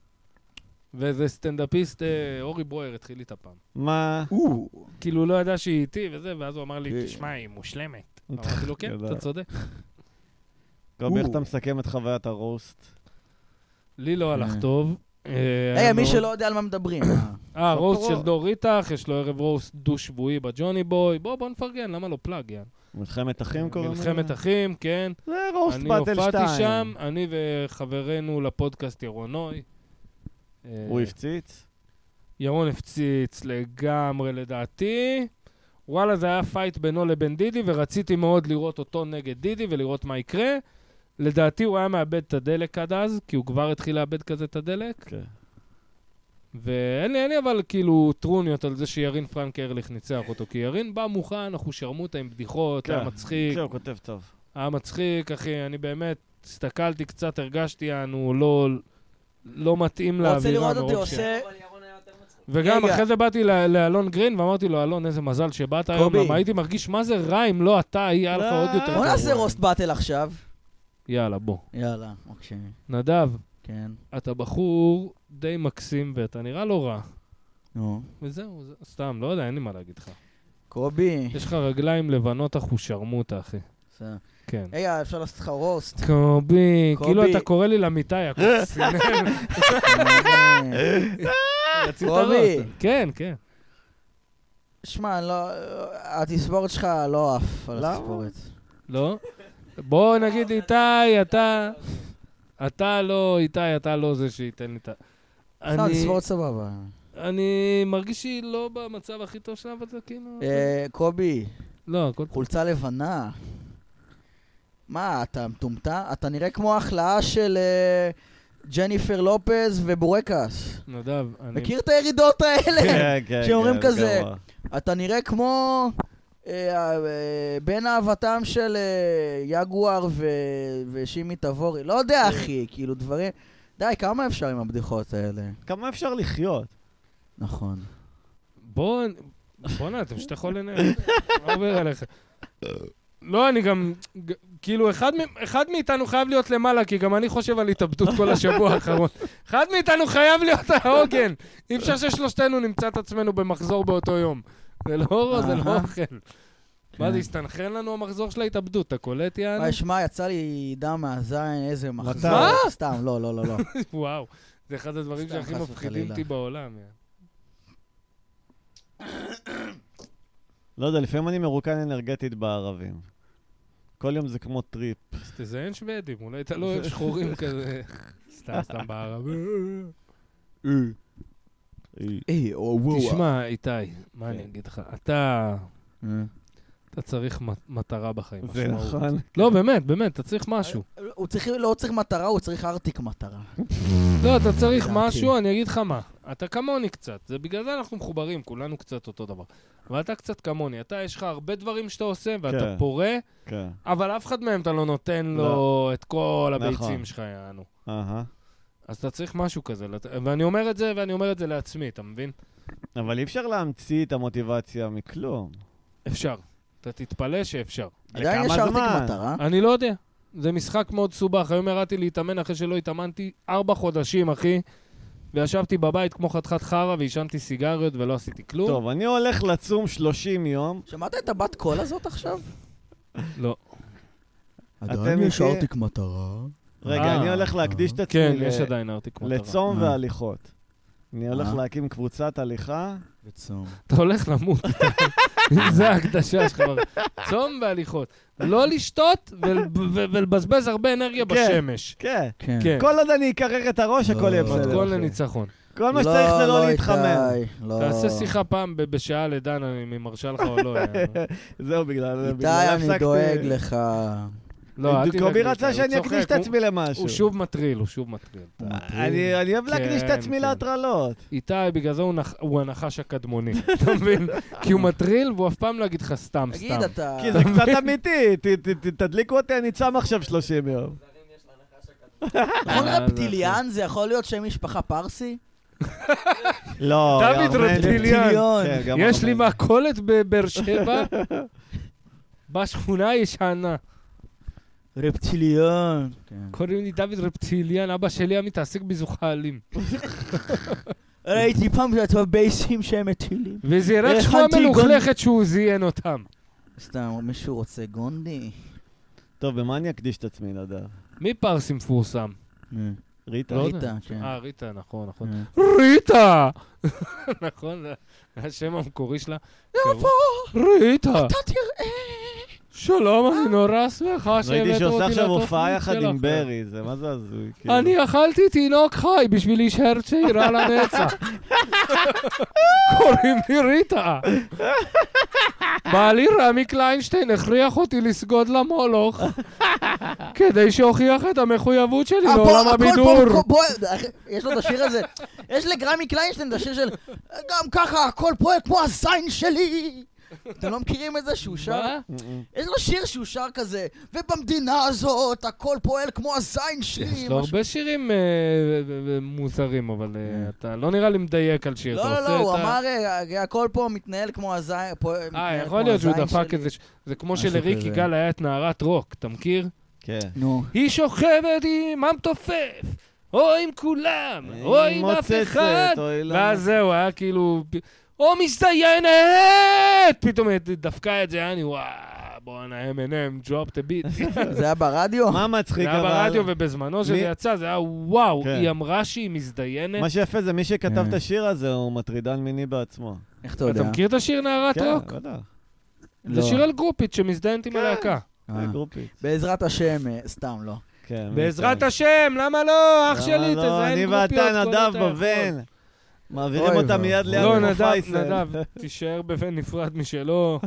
וזה סטנדאפיסט, אורי ברויר התחיל איתה פעם. מה? כאילו הוא לא ידע שהיא איתי וזה, ואז הוא אמר לי, תשמע, היא מושלמת. אמרתי לו, כן, אתה צודק. גם איך אתה מסכם את חוויית הרוסט? לי לא הלך טוב. מי שלא יודע על מה מדברים. רוסט של דור ריתח, יש לו ערב רוסט דו-שבועי בג'וני בוי. בוא נפרגן, למה לא פלאג, יאן? מלחמת אחים קוראים? מלחמת אחים, כן. זה רוסט באטל 2. אני הופעתי שם, אני וחברנו לפודקאסט ירונוי. הוא הפציץ? ירון הפציץ לגמרי לדעתי. וואלה, זה היה פייט בינו לבין דידי, ורציתי מאוד לראות אותו נגד דידי ולראות מה יקרה. לדעתי הוא היה מאבד את הדלק עד אז, כי הוא כבר התחיל לאבד כזה את הדלק. כן. ואין לי אבל כאילו טרוניות על זה שירין פרנק ארליך ניצח אותו, כי ירין בא מוכן, אנחנו שרמוטה עם בדיחות, היה מצחיק. כן, הוא כותב טוב. היה מצחיק, אחי, אני באמת הסתכלתי קצת, הרגשתי, אני לא מתאים לאווירה. רוצה לראות אותי עושה... וגם אחרי זה באתי לאלון גרין, ואמרתי לו, אלון, איזה מזל שבאת היום, למה הייתי מרגיש מה זה רע אם לא אתה, היה לך עוד יותר. בוא נעשה רוסט באטל עכשיו. יאללה, בוא. יאללה, אוקיי. נדב, כן. אתה בחור די מקסים, ואתה נראה לא רע. נו. וזהו, סתם, לא יודע, אין לי מה להגיד לך. קובי. יש לך רגליים לבנות אחושרמוטה, אחי. בסדר. כן. רגע, אפשר לעשות לך רוסט. קובי, כאילו אתה קורא לי למיטה, יא קוסינל. רצית רוסט. כן, כן. שמע, התספורת שלך לא עף על התספורת. לא? בוא נגיד איתי, אתה לא זה שייתן לי את ה... תספורת סבבה. אני מרגיש שהיא לא במצב הכי טוב שלה, אבל זה כאילו... קובי. לא, חולצה לבנה. מה, אתה מטומטם? אתה נראה כמו החלאה של ג'ניפר לופז ובורקס. נדב, אני... מכיר את הירידות האלה? כן, כן. שאומרים כזה, אתה נראה כמו בן אהבתם של יגואר ושימי תבורי. לא יודע, אחי, כאילו דברים... די, כמה אפשר עם הבדיחות האלה? כמה אפשר לחיות? נכון. בוא אתם שאתה יכול לנהל. מה עובר עליך? לא, אני גם... כאילו, אחד מאיתנו חייב להיות למעלה, כי גם אני חושב על התאבדות כל השבוע האחרון. אחד מאיתנו חייב להיות ההוגן. אי אפשר ששלושתנו נמצא את עצמנו במחזור באותו יום. זה לא אוכל. מה זה, הסתנחן לנו המחזור של ההתאבדות? אתה קולט, יענו? שמע, יצא לי דם מהזין, איזה מחזור. מה? סתם, לא. וואו, זה אחד הדברים שהכי מפחידים אותי בעולם. לא יודע, לפעמים אני מרוקן אנרגטית בערבים. כל יום זה כמו טריפ. אז תזיין שוודים, אולי אתה לא שחורים כזה. סתם בערבים. תשמע, איתי, מה אני אגיד לך? אתה צריך מטרה בחיים. זה נכון. לא, באמת, אתה צריך משהו. הוא לא צריך מטרה, הוא צריך ארטיק מטרה. לא, אתה צריך משהו, אני אגיד לך מה. אתה כמוני קצת, זה בגלל זה אנחנו מחוברים, כולנו קצת אותו דבר. אבל אתה קצת כמוני, יש לך הרבה דברים שאתה עושה, ואתה פורה, אבל אף אחד מהם אתה לא נותן לו את כל הביצים שלך, יענו. אז אתה צריך משהו כזה, ואני אומר את זה לעצמי, אתה מבין? אבל אי אפשר להמציא את המוטיבציה מכלום. אפשר. אתה תתפלא שאפשר. עדיין יש ארטיק מטרה? אני לא יודע. זה משחק מאוד סובך. היום הראתי להתאמן אחרי שלא התאמנתי 4 חודשים, אחי. וישבתי בבית כמו חתיכת חרא והשנתי סיגריות ולא עשיתי כלום. טוב, אני הולך לצום 30 יום. שמעת את הבת קול הזאת עכשיו? לא. עדיין יש ארטיק מטרה? רגע, אני הולך להקדיש את עצמי כן, יש עדיין ארטיק מטרה. לצום והליכות. אני הולך להקים קבוצת הליכה. וצום. אתה הולך למות. זה ההקדשה שלך. צום והליכות. לא לשתות ולבזבז הרבה אנרגיה בשמש. כן. כל עוד אני אקרר את הראש, הכל יהיה בסדר. מתכון לניצחון. כל מה שצריך זה לא להתחמם. תעשה שיחה פעם בשעה לדן, אני מרשה לך או לא. זהו, בגלל... איתי, אני דואג לך. לא, קובי רצה שאני אקדיש את עצמי למשהו. הוא שוב מטריל. אני אוהב להקדיש את עצמי להטרלות. איתי, בגלל זה הוא הנחש הקדמוני. אתה מבין? כי הוא מטריל והוא אף פעם לא יגיד לך סתם. תגיד, אתה... כי זה קצת אמיתי. תדליקו אותי, אני צם עכשיו 30 יום. נכון רפטיליאן זה יכול להיות שם משפחה פרסי? לא. דוד רפטיליאן. יש לי מכולת בבאר שבע. בשכונה ישנה. רפטיליאן. קוראים לי דוד רפטיליאן, אבא שלי היה מתעסק בזוחלים. ראיתי פעם את הבייסים שהם מטילים. וזה רק שמה מלוכלכת שהוא זיין אותם. סתם, מישהו רוצה גונדי? טוב, במה אני אקדיש את עצמי לדעת? מי פרסי מפורסם? ריטה. ריטה, כן. ריטה, נכון. ריטה! נכון, זה השם המקורי שלה. ריטה! אתה תראה! שלום, אני נורא שמחה שהבאת אותי לתוכנית שלך. ראיתי שעושה עכשיו הופעה יחד עם ברי, זה מה זה הזוי? אני אכלתי תינוק חי בשביל להישאר צעירה לנצח. קוראים לי ריטה. בעלי רמי קליינשטיין הכריח אותי לסגוד למולוך כדי שהוכיח את המחויבות שלי לעולם הבידור. יש לו את השיר הזה. יש לגרמי קליינשטיין את השיר של גם ככה הכל פועל כמו הזין שלי. אתם לא מכירים את זה שהוא שר? יש לו שיר שהוא שר כזה, ובמדינה הזאת הכל פועל כמו הזין שלי. יש לו הרבה שירים מוזרים, אבל אתה לא נראה לי מדייק על שיר. לא, הוא אמר, הכל פה מתנהל כמו הזין שלי. יכול להיות שהוא דפק את זה. זה כמו שלריק יגאל היה את נערת רוק, אתה מכיר? כן. היא שוכבת עם המתופף, או עם כולם, או עם אף אחד. ואז זהו, היה כאילו... או מזדיינת! פתאום דווקא את זה, אני וואו, בוא נהיה מנהם, drop the beat. זה היה ברדיו? מה מצחיק אבל? זה היה ברדיו, ובזמנו שזה יצא, זה היה וואו, היא אמרה שהיא מזדיינת. מה שיפה זה מי שכתב את השיר הזה, הוא מטרידן מיני בעצמו. איך אתה יודע? אתה מכיר את השיר נערת רוק? כן, בטח. זה שיר על גרופית שמזדיינת עם הלהקה. בעזרת השם, סתם לא. בעזרת השם, למה לא? אח שלי, תזיין גרופיות. אני ואתה נדב בבן. מעבירים אותה מיד ליד פייסל. לא, נדב, תישאר בבן נפרד משלו.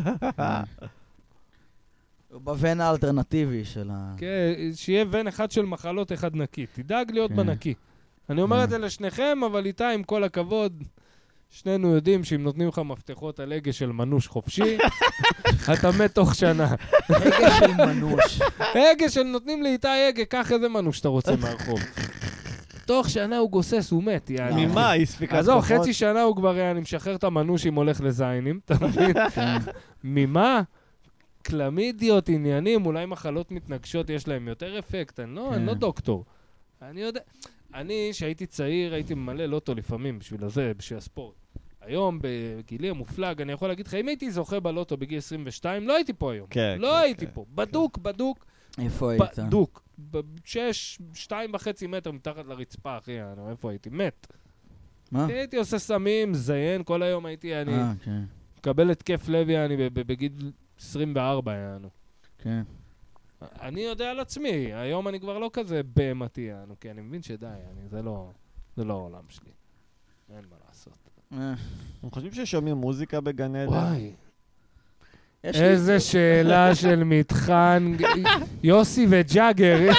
הוא בבן האלטרנטיבי של ה... כן, שיהיה בן אחד של מחלות, אחד נקי. תדאג להיות בנקי. אני אומר את זה לשניכם, אבל איתי, עם כל הכבוד, שנינו יודעים שאם נותנים לך מפתחות על הגה של מנוש חופשי, אתה מת תוך שנה. הגה של מנוש. הגה של נותנים לי איתי הגה, קח איזה מנוש שאתה רוצה מהרחוב. תוך שנה הוא גוסס, הוא מת. ממה? היא ספיקת כוחות? אז זהו, חצי שנה הוא כבר משחרר את המנוש אם הולך לזיינים, אתה מבין? ממה? קלמידיות, עניינים, אולי מחלות מתנגשות, יש להם יותר אפקט. אני לא דוקטור. אני יודע... אני, שהייתי צעיר, הייתי ממלא לוטו לפעמים בשביל זה, בשביל הספורט. היום, בגילי המופלג, אני יכול להגיד לך, אם הייתי זוכה בלוטו בגיל 22, לא הייתי פה היום. לא הייתי פה. בדוק. איפה היית? בדוק. 2.5 מטר מתחת לרצפה, אחי, איפה הייתי? מת. מה? הייתי עושה סמים, זיין, כל היום הייתי, אני מקבל התקף לוי, אני בגיל 24, כן. אני יודע על עצמי, היום אני כבר לא כזה בהמתי, כי אני מבין שדי, זה לא העולם שלי. אין מה לעשות. הם חושבים ששומעים מוזיקה בגן עדן? וואי. איזה שאלה של מתחן, יוסי וג'אגר.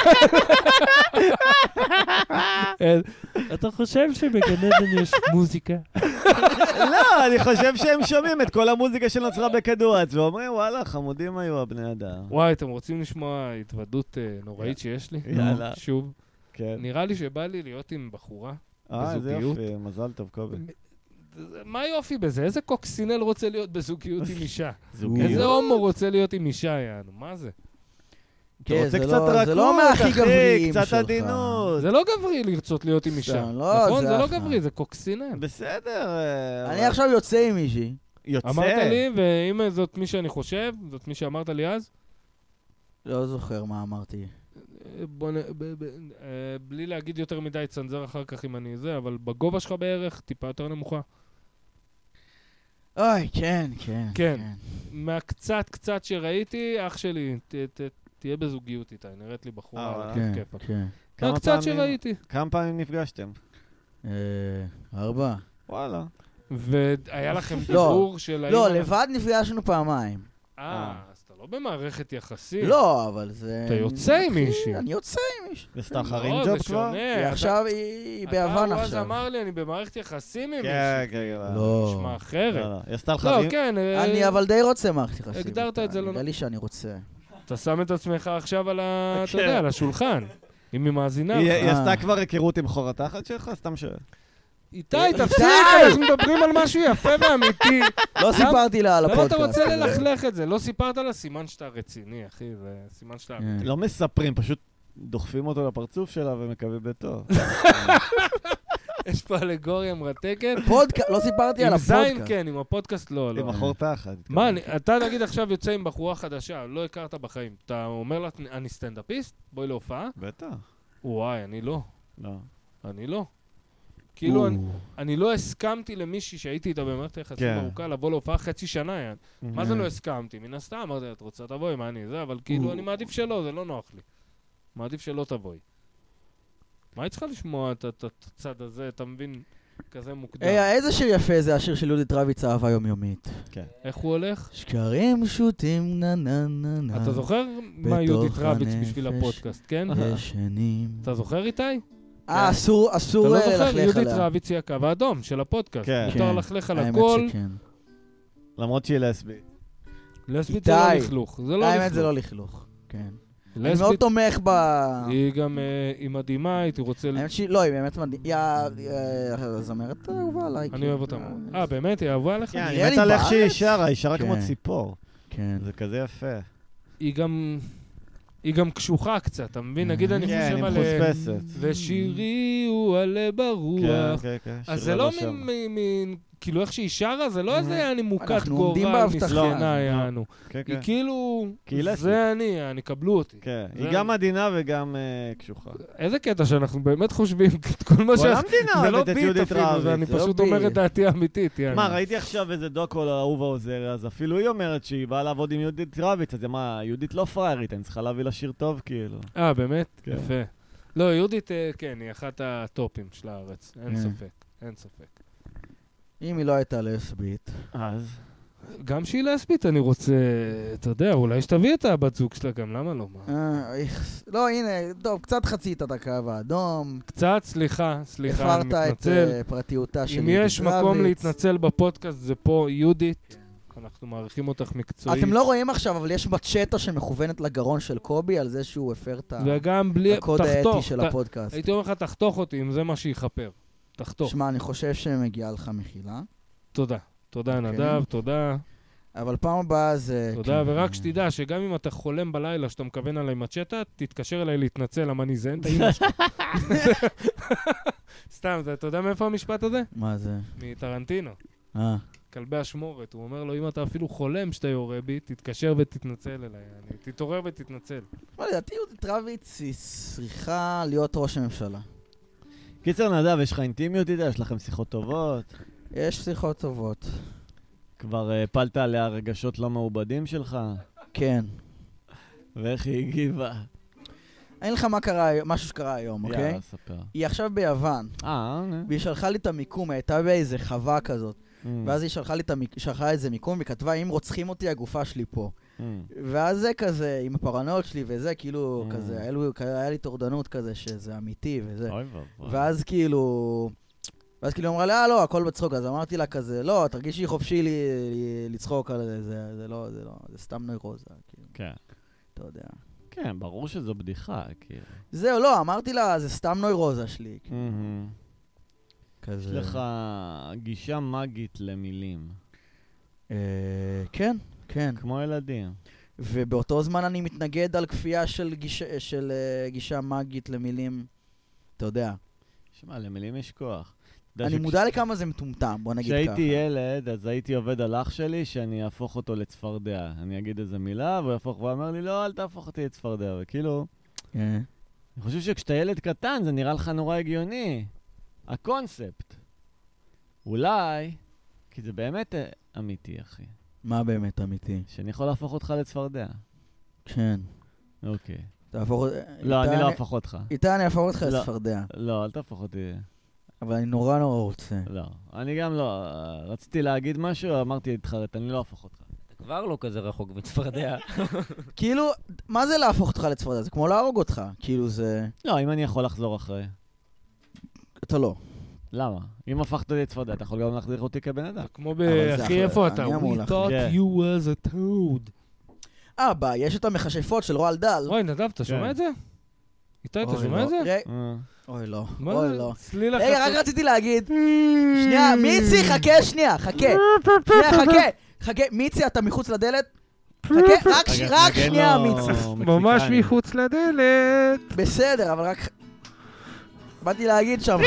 אתה חושב שבגן עדן יש מוזיקה? לא, אני חושב שהם שומעים את כל המוזיקה שנוצרה בכדור הארץ, ואומרים, וואלה, חמודים היו הבני אדם. וואי, אתם רוצים לשמוע התוודות נוראית שיש לי? יאללה. שוב. כן. נראה לי שבא לי להיות עם בחורה זה בזוגיות. יופי, מזל טוב, קובי. מה יופי בזה? איזה קוקסינל רוצה להיות בזוגיות עם אישה? זוגיות? איזה הומו רוצה להיות עם אישה, יענו? מה זה? אתה רוצה קצת זה לא רכות, מהכי גבריים קצת שלך. עדינות. זה לא גברי לרצות להיות עם אישה. נכון? זה לא גברי, זה קוקסינל. בסדר. אני עכשיו יוצא עם מישהי. יוצא. אמרת לי, ואם זאת מי שאני חושב, זאת מי שאמרת לי אז, לא זוכר מה אמרתי. בלי להגיד יותר מדי, צנזר אחר כך אם אני זה, אבל בגובה שלך בערך, טיפה יותר נמוכה. אוי, כן. כן. מהקצת שראיתי, אח שלי, תהיה בזוגיות איתה, נראית לי בחורה. כן. מהקצת שראיתי. כמה פעמים נפגשתם? 4. וואלה. והיה לכם דיבור של... לא, לבד נפגשנו פעמיים. אז אתה לא במערכת יחסים. לא, אבל זה... אתה יוצא עם מישהי. אני יוצא עם מישהי. וסתם חרים ג'וב כבר? עכשיו היא ביוון אתה אז עכשיו. אמר לי, אני במערכת יחסים עם כן, מישהי. כן. לא. נשמע אחרת. יסתם לא, חרים? כן. אני אבל די רוצה מערכת יחסים. הגדרת את זה לא... נראה לי שאני רוצה. אתה שם את עצמך עכשיו על ה... אתה יודע, על השולחן. אם היא מאזינה. היא עשתה כבר היכרות עם חור התחת שלך? סתם ש... איתי, תפסיק, אנחנו מדברים על משהו יפה ואמיתי. לא סיפרתי לה על הפודקאסט. למה אתה רוצה ללכלך את זה? לא סיפרת לה, סימן שאתה רציני, אחי, זה סימן שאתה אמיתי. לא מספרים, פשוט דוחפים אותו לפרצוף שלה ומקווה בטוב. יש פה אלגוריה מרתקת. לא סיפרתי על עם זין הפודקאסט. כן, עם הפודקאסט לא. עם החור תחת. מה, אתה נגיד עכשיו יוצא עם בחורה חדשה, לא הכרת בחיים. אתה אומר לה, אני סטנדאפיסט? בואי להופעה? בטח. וואי, אני לא. לא. אני לא. כאילו, אני לא הסכמתי למישהי שהייתי איתה במערכת יחסים ארוכה לבוא להופעה חצי שנה. מה זה לא הסכמתי? מן הסתם, אמרתי, את רוצה תבואי, מה אני זה, אבל כאילו, אני מעדיף שלא, זה לא נוח לי. מעדיף שלא תבואי. מה היא צריכה לשמוע את הצד הזה, אתה מבין? כזה מוקדם. איזה שיר יפה זה השיר של יהודית רביץ, אהבה יומיומית. כן. איך הוא הולך? שקרים פשוטים נה נה נה נה. אתה זוכר מה יהודית רביץ בשביל הפודקאסט, כן? ישנים. אתה זוכר איתי? אסור אתה לא ללכלך זוכר, עליה. יהודית רביץ היא הקו האדום של הפודקאסט. כן. מותר ללכלך על האמת הכל. שכן. למרות שהיא לסבית. לסבית זה לא לכלוך. האמת זה לא לכלוך, כן. אני מאוד תומך ב... היא גם, היא מדהימה, הייתי רוצה... לא, היא באמת מדהימה. היא זמרת אהובה עליי. אני אוהב אותה מאוד. באמת? היא אהובה עליך? כן, אני מת על איך שהיא שרה, היא שרה כמו ציפור. כן. זה כזה יפה. היא גם קשוחה קצת, אתה מבין? נגיד אני חושב על... כן, היא מחוספסת. ושירי הוא עלה ברוח. כן, כן. אז זה לא מין... כאילו איך שהיא שרה, זה לא איזה אני מוקת אנחנו עומדים גורל בהבטחה. מסכנה, יענו. כן, היא כן. כאילו... קהילתית. זה אני קבלו אותי. כן, היא גם עדינה וגם קשוחה. איזה קטע שאנחנו באמת חושבים את כל מה ש... כל המדינה זה לא אוהבת את ביט יהודית אפילו, רביץ. ואני זה לא פשוט ביט. אומר את דעתי האמיתית, יענו. מה, ראיתי עכשיו איזה דוקו לאהובה עוזרי, אז אפילו היא אומרת שהיא באה לעבוד עם יהודית רביץ, אז מה, יהודית לא פריירית, אני צריכה להביא לה שיר טוב כאילו. באמת? כן. יפה. לא, יהודית, כן, היא אחת הטופים של הארץ, אין ספק, אין ספק. אם היא לא הייתה לסבית. אז? גם שהיא לסבית, אני רוצה, אתה יודע, אולי שתביא את הבת זוג שלה גם, למה לא? לא, הנה, טוב, קצת חצית את הקו האדום. קצת, סליחה, אני הפרת מתנצל. את פרטיותה של אם יהודית יש מקום להתנצל בפודקאסט, זה פה יהודית. אנחנו מעריכים אותך מקצועית. אתם לא רואים עכשיו, אבל יש מצ'טה שמכוונת לגרון של קובי על זה שהוא הפר את וגם בלי... הקוד האתי של הפודקאסט. הייתי אומר לך, תחתוך אותי, אם זה מה שיחפר. תחתוך. שמע, אני חושב שמגיעה לך מחילה. תודה. תודה נדב, תודה. אבל פעם הבאה זה... תודה, ורק שתדע שגם אם אתה חולם בלילה שאתה מכוון עליי מצ'טה, תתקשר אליי להתנצל למה אני זן, תאמא שלך. סתם, אתה יודע מאיפה המשפט הזה? מה זה? מטרנטינו. כלבי השמורת. הוא אומר לו, אם אתה אפילו חולם שאתה יורה בי, תתקשר ותתנצל אליי. תתעורר ותתנצל. לדעתי יהודית רביץ היא צריכה להיות ראש הממשלה. קיצר נדב, יש לך אינטימיות איתה? יש לכם שיחות טובות? יש שיחות טובות. כבר הפלת עליה רגשות לא מעובדים שלך? כן. ואיך היא הגיבה? אין לך משהו שקרה היום, אוקיי? יאללה, ספר. היא עכשיו ביוון, והיא שלחה לי את המיקום, היא הייתה באיזה חווה כזאת. ואז היא שלחה איזה מיקום, והיא כתבה, אם רוצחים אותי, הגופה שלי פה. ואז זה כזה, עם הפרנויות שלי וזה, כאילו, כזה, היה לי תורדנות כזה, שזה אמיתי וזה. ואז כאילו... ואז כאילו אמרה לי, לא, הכל בצחוק, אז אמרתי לה כזה, לא, תרגישי חופשי לצחוק על זה, זה לא, זה סתם נוירוזה, כאילו. כן. אתה יודע. כן, ברור שזו בדיחה, כאילו. זהו, לא, אמרתי לה, זה סתם נוירוזה שלי. יש לך גישה מגית למילים. כן, כן. כמו ילדים. ובאותו זמן אני מתנגד על כפייה של גישה מגית למילים, אתה יודע. שמע, למילים יש כוח. אני מודע לכמה זה מטומטם, בוא נגיד ככה. כשהייתי ילד, אז הייתי עובד על אח שלי שאני אהפוך אותו לצפרדע. אני אגיד איזה מילה, והוא יהפוך, והוא אמר לי, לא, אל תהפוך אותי לצפרדע. וכאילו, אני חושב שכשאתה ילד קטן, זה נראה לך נורא הגיוני. הקונספט. אולי, כי זה באמת אמיתי, אחי. מה באמת אמיתי? שאני יכול להפוך אותך לצפרדע. כן. אוקיי. לא, אני לא אהפוך אותך. איתה אני אהפוך אותך לצפרדע. לא, אל תהפוך אותי. אבל אני נורא רוצה. לא, אני גם לא. רציתי להגיד משהו, אמרתי להתחרט, אני לא אהפוך אותך. אתה כבר לא כזה רחוק בצפרדע. כאילו, מה זה להפוך אותך לצפרדע? זה כמו להרוג אותך. כאילו זה... לא, אם אני יכול לחזור אחרי. אתה לא. למה? אם הפכת לי לצפרדע, אתה יכול גם להחזיר אותי כבן אדם. כמו באחי, איפה אתה? We thought you was a toad. יש את המכשפות של רועל דל. אוי, נדב, אתה שומע את זה? איתי, אתה שומע את זה? אוי, לא. אוי, לא. רגע, רק רציתי להגיד. שנייה, מיצי, חכה שנייה, חכה. חכה, מיצי, אתה מחוץ לדלת? חכה, רק שנייה, מיצי. ממש מחוץ לדלת. בסדר, אבל רק... באתי להגיד שם.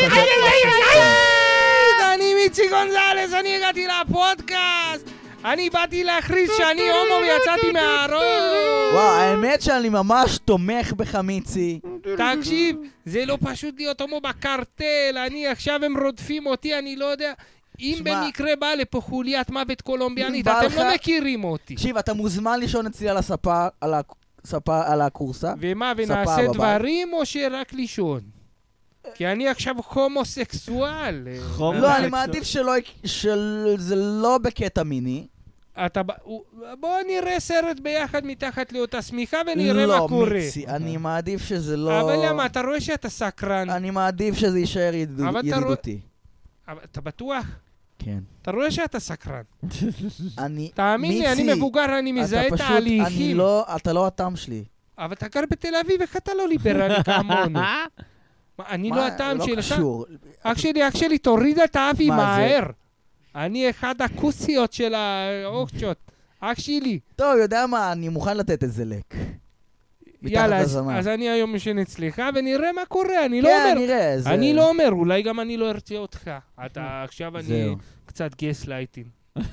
אני מיצי גונזלס, אני הגעתי לפודקאסט. אני באתי להכריז שאני הומו ויצאתי מהארון. וואו, האמת שאני ממש תומך בך, מיצי. תקשיב, זה לא פשוט להיות הומו בקרטל. עכשיו הם רודפים אותי, אני לא יודע. אם במקרה בא לפה חוליית מוות קולומביאנית, אתם לא מכירים אותי. תקשיב, אתה מוזמן לישון אצלי על הספה, על הקורסה. ומה, ונעשה דברים או שרק לישון? כי אני עכשיו הומוסקסואל. לא, אני מעדיף שזה לא בקטע מיני. בוא נראה סרט ביחד מתחת לאותה סמיכה ונראה מה קורה. לא, מיצי, אני מעדיף שזה לא... אבל למה? אתה רואה שאתה סקרן. אני מעדיף שזה יישאר ידידותי. אתה בטוח? כן. אתה רואה שאתה סקרן. אני... תאמין לי, אני מבוגר, אני מזהה את ההליכים. אתה לא הטעם שלי. אבל אתה גר בתל אביב, איך אתה לא ליברלי כמונו? אני לא הטעם שלך. לא קשור. אח שלי, תוריד את האבי מהר. אני אחד הכוסיות של האוקצ'ות. אח שלי. טוב, יודע מה, אני מוכן לתת איזה לק. יאללה, אז אני היום משן אצלך ונראה מה קורה. אני לא אומר. כן, נראה. אני לא אומר, אולי גם אני לא ארצה אותך. עכשיו אני קצת גסלייטים.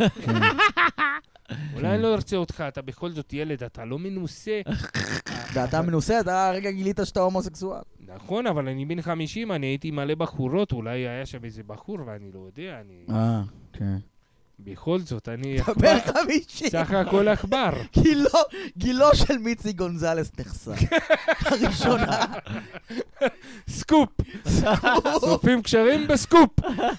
אולי אני לא ארצה אותך, אתה בכל זאת ילד, אתה לא מנוסה. ואתה מנוסה, אתה רגע גילית שאתה הומוסקסואל. נכון, אבל אני בן 50, אני הייתי מלא בחורות, אולי היה שם איזה בחור ואני לא יודע, כן. בכל זאת, אני... אתה בן 50. סך הכל אכבר. גילו של מיצי גונזלס נחשף. הראשונה. סקופ. שורפים קשרים בסקופ.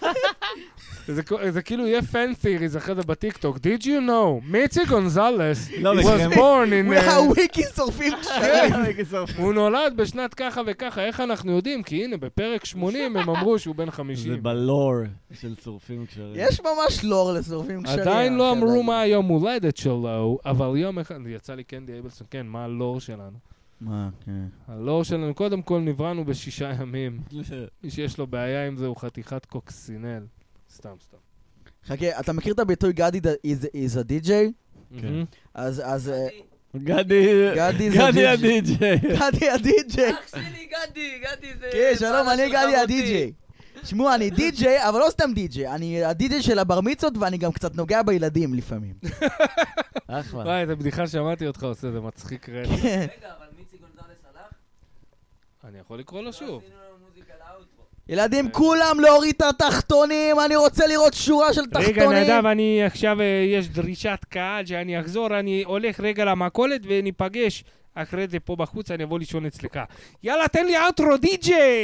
זה כאילו יהיה fan theories אחרי זה בטיקטוק. Did you know? מיצי גונזלס was born in... והוויקי שורפים קשרים. הוא נולד בשנת ככה וככה. איך אנחנו יודעים? כי הנה, בפרק 80 הם אמרו שהוא בן 50. זה בלור של שורפים קשרים. יש ממש לור לשורפים קשרים. עדיין לא אמרו מה היום הולדת שלו, אבל יום אחד, יצא לי קנדי אייבלסון, כן, מה הלור שלנו? מה, כן. הלור שלנו, קודם כל נבראנו ב6 ימים. מי שיש לו בעיה עם זה הוא חתיכת קוקסינל. סתם. חכה, אתה מכיר את הביטוי גדי is a DJ? כן. אז... גדי הדי-ג'יי. גדי הדי-ג'יי. אח שלי גדי זה... כן, שלום, אני גדי הדי-ג'יי. שמעו, אני די-ג'יי, אבל לא סתם די-ג'יי. אני הדי-ג'יי של הבר מצוות ואני גם קצת נוגע בילדים לפעמים. אחלה. וואי, את הבדיחה שמעתי אותך עושה, זה מצחיק רע. כן. רגע, אבל מיצי גונזלס הלך? אני יכול לקרוא לו שוב. ילדים, כולם להוריד את התחתונים, אני רוצה לראות שורה של תחתונים. רגע, נדב, אני עכשיו, יש דרישת קהל שאני אחזור, אני הולך רגע למכולת וניפגש אחרי זה פה בחוץ, אני אבוא לישון אצלך. יאללה, תן לי אוטרו, די-ג'יי!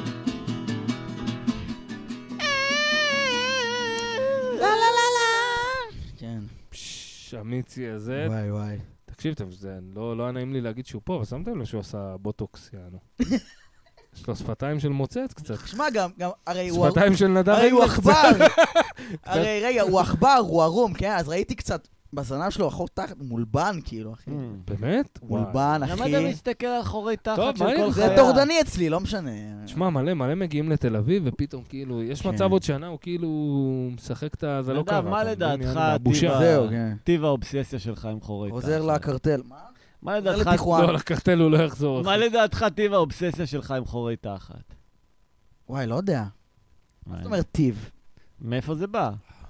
לה לה לה לה. כן. אמיצי הזה. וואי וואי. תקשיב, זה לא היה נעים לי להגיד שהוא פה, אבל שמתם לו שהוא עשה בוטוקס, יענו. יש לו שפתיים של מוצץ קצת. שמע, גם, הרי הוא... שפתיים של נדב. הרי הוא עכבר. הרי רגע, הוא עכבר, הוא ערום, כן? אז ראיתי קצת בזנב שלו, אחור תחת, מולבן כאילו, אחי. באמת? מולבן, אחי. למה אתה מסתכל על חורי תחת טוב, של כל חיה? זה טורדני אצלי, לא משנה. תשמע, מלא מגיעים לתל אביב, ופתאום כאילו, יש מצב עוד שנה, הוא כאילו משחק את זה לא קרה. נדב, מה לדעתך טיב האובססיה שלך עם חורי תחת? עוזר לקרטל. מה לדעתך... לא, לקרטל הוא לא יחזור. מה לדעתך טיב האובססיה שלך עם חורי תחת? וואי, לא יודע. מה זאת אומרת טיב? מאיפה זה בא?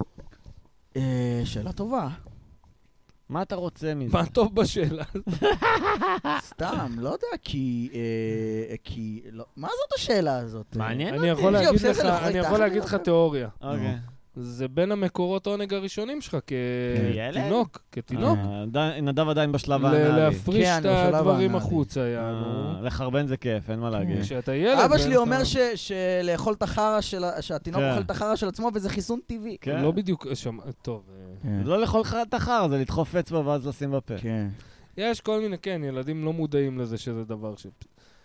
שאלה טובה. מה אתה רוצה מזה? מה טוב בשאלה? סתם, לא יודע, כי... מה זאת השאלה הזאת? מעניין אני יכול להגיד לך תיאוריה. אוקיי. זה בין המקורות העונג הראשונים שלך כתינוק. נדב עדיין בשלב האנאלי. להפריש את הדברים החוצה, לחרבן זה כיף, אין מה להגיד. כשאתה ילד... אבא שלי אומר שלאכול את החרא שהתינוק אוכל את החרא של עצמו, וזה חיסון טבעי. לא בדיוק... טוב. לא לאכול את החרא, זה לדחוף אצבע ואז לשים בפה. יש כל מיני, כן, ילדים לא מודעים לזה שזה דבר ש...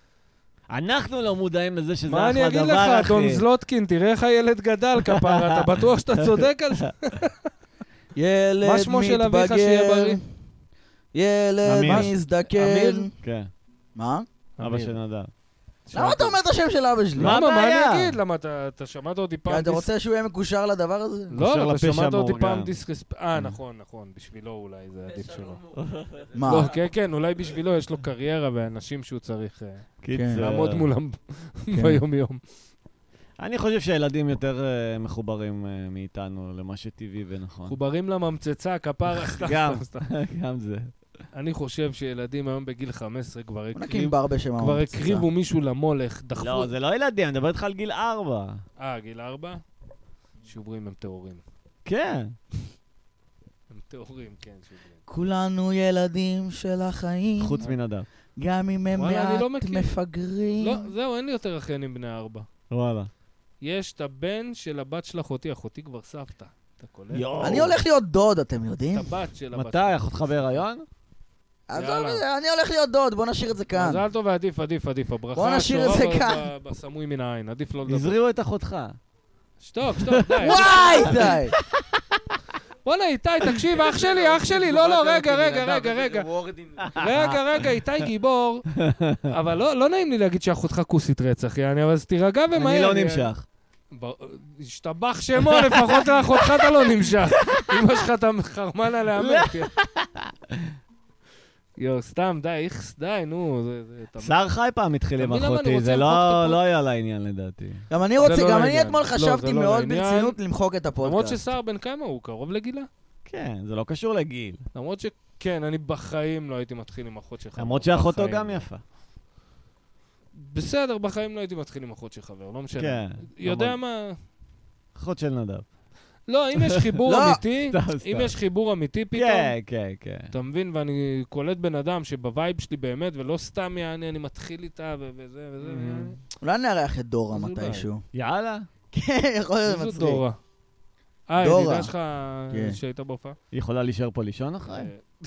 אנחנו לא מודעים לזה שזה מה אני אחלה אגיד דבר, לך, אדון זלוטקין, תראה איך הילד גדל כפרה, אתה בטוח שאתה צודק על זה? ילד מה שמו של אביך שיהיה בריא? ילד מזדקן. כן. מה? אבא של נדב. למה אתה אומר את השם של אבא שלי? מה אני אגיד? למה אתה שמעת אותי פעם... אתה רוצה שהוא יהיה מקושר לדבר הזה? לא, אתה שמעת אותי פעם דיסקספ... נכון, בשבילו אולי זה עדיף שלו. מה? לא, כן, אולי בשבילו יש לו קריירה ואנשים שהוא צריך לעמוד מולם ביום יום. אני חושב שהילדים יותר מחוברים מאיתנו למה שטבעי ונכון. מחוברים לממצצה, כפרה, גם זה. אני חושב שילדים היום בגיל 15 כבר הקריבו מישהו למולך, דחפו... לא, זה לא ילדים, אני מדבר איתך על גיל 4. גיל 4? שוברים הם תיאורים. כן. הם תיאורים, כן, שוברים. כולנו ילדים של החיים. חוץ מנדב. גם אם הם מעט מפגרים. לא, זהו, אין לי יותר אחיינים בני 4. וואלה. יש את הבן של הבת של אחותי כבר סבתא. אני הולך להיות דוד, אתם יודעים? את הבת של הבת. מתי? אחותך בהיריון? אני הולך להיות דוד, בוא נשאיר את זה כאן. מזל טוב ועדיף, הברכה. בוא נשאיר את זה כאן. בסמוי מן העין, עדיף לא לדבר. הזריעו את אחותך. שתוק, די. וואי, די. בוא'נה, איתי, תקשיב, אח שלי, לא, רגע, איתי גיבור, אבל לא נעים לי להגיד שאחותך כוסית רצח, יעני, אבל אז תירגע ומהר. אני לא נמשך. השתבח שמו, לפחות לאחותך אתה לא נמשך. אמא שלך אתה חרמן עליה אמרת. סתם, די, נו. שר חי פעם התחיל עם אחותי, זה לא היה לעניין לדעתי. גם אני אתמול חשבתי מאוד ברצינות למחוק את הפודקאסט. למרות ששר בן כמה הוא קרוב לגילה? כן, זה לא קשור לגיל. למרות שכן, אני בחיים לא הייתי מתחיל עם אחות של חבר. למרות שאחותו גם יפה. בסדר, בחיים לא הייתי מתחיל עם אחות של חבר, לא משנה. כן. יודע מה... אחות של נדב. לא, אם יש חיבור אמיתי, פתאום... כן. אתה מבין, ואני קולט בן אדם שבווייב שלי באמת, ולא סתם אני מתחיל איתה וזה. אולי נארח את דורה מתישהו. יאללה. כן, יכול להיות מצחיק. איזו דורה? ידידה שלך שהיית בהופעה? היא יכולה להישאר פה לישון אחרי?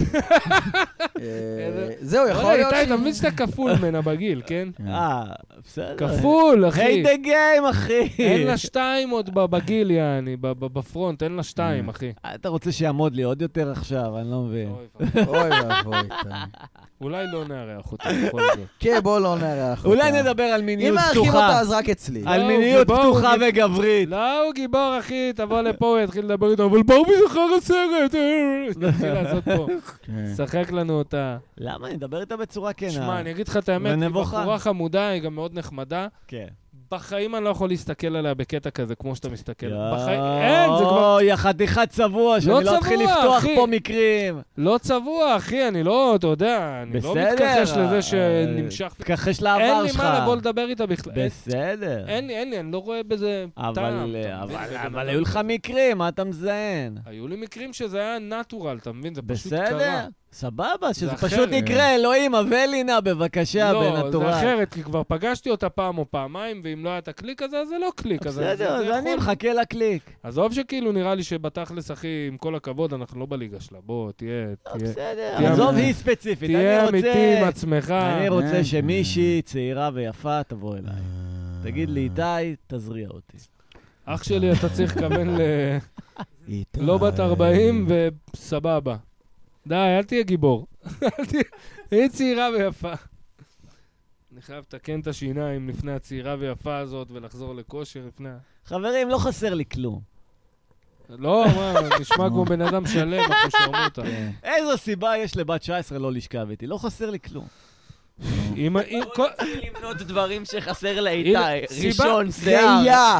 זהו, יכול להיות איתי, אתה מבין שאתה כפול ממנה בגיל, כן? בסדר. כפול, אחי. היי דה גיים, אחי. אין לה 2 עוד בגיל, יעני, בפרונט, אין לה 2, אחי. אתה רוצה שיעמוד לי עוד יותר עכשיו, אני לא מבין. אוי ואבוי. אולי לא נארח אותה בכל זאת. כן, בוא לא נארח אותה. אולי נדבר על מיניות פתוחה. אם מארחים אותה, אז רק אצלי. על מיניות פתוחה וגברית. לא, הוא גיבור, אחי, תבוא לפה, הוא יתחיל לדבר איתו, אבל ברבי זכר הסרט. נתחיל לעשות פה. שחק לנו אותה. למה? אני אדבר איתה בצורה כנה. שמע, אני אגיד לך את האמת, היא בחורה חמודה, היא גם מאוד נחמדה. כן. בחיים אני לא יכול להסתכל עליה בקטע כזה, כמו שאתה מסתכל. אין, זה כבר... יא חתיכת צבוע, שאני לא אתחיל לפתוח פה מקרים. לא צבוע, אחי, אני לא, אתה יודע, אני לא מתכחש לזה שנמשך... מתכחש לעבר שלך. אין לי מה לבוא לדבר איתה בכלל. בסדר. אין לי, אני לא רואה בזה טעם. אבל היו לך מקרים, מה אתה מזיין? היו לי מקרים שזה היה נטורל, אתה מבין? זה פשוט קרה. בסדר. סבבה, שזה פשוט יקרה, אלוהים, אבלינה, בבקשה, בן התורה. לא, זה אחרת, כי כבר פגשתי אותה פעם או פעמיים, ואם לא היה את הקליק הזה, אז זה לא קליק. בסדר, אז אני מחכה לקליק. עזוב שכאילו נראה לי שבתכלס, אחי, עם כל הכבוד, אנחנו לא בליגה שלה. בוא, תהיה... בסדר, עזוב היא ספציפית. תהיה אמיתי עם עצמך. אני רוצה שמישהי צעירה ויפה תבוא אליי. תגיד לי, איתי, תזריע אותי. אח שלי, אתה צריך לכוון לא בת 40 וסבבה. די, אל תהיה גיבור. היא צעירה ויפה. אני חייב לתקן את השיניים לפני הצעירה ויפה הזאת ולחזור לכושר לפני... חברים, לא חסר לי כלום. לא, מה, נשמע כמו בן אדם שלם, אנחנו שרמו אותה. איזו סיבה יש לבת 19 לא לשכב איתי? לא חסר לי כלום. בואי נתחיל למנות דברים שחסר לאיתי. ראשון, שיער.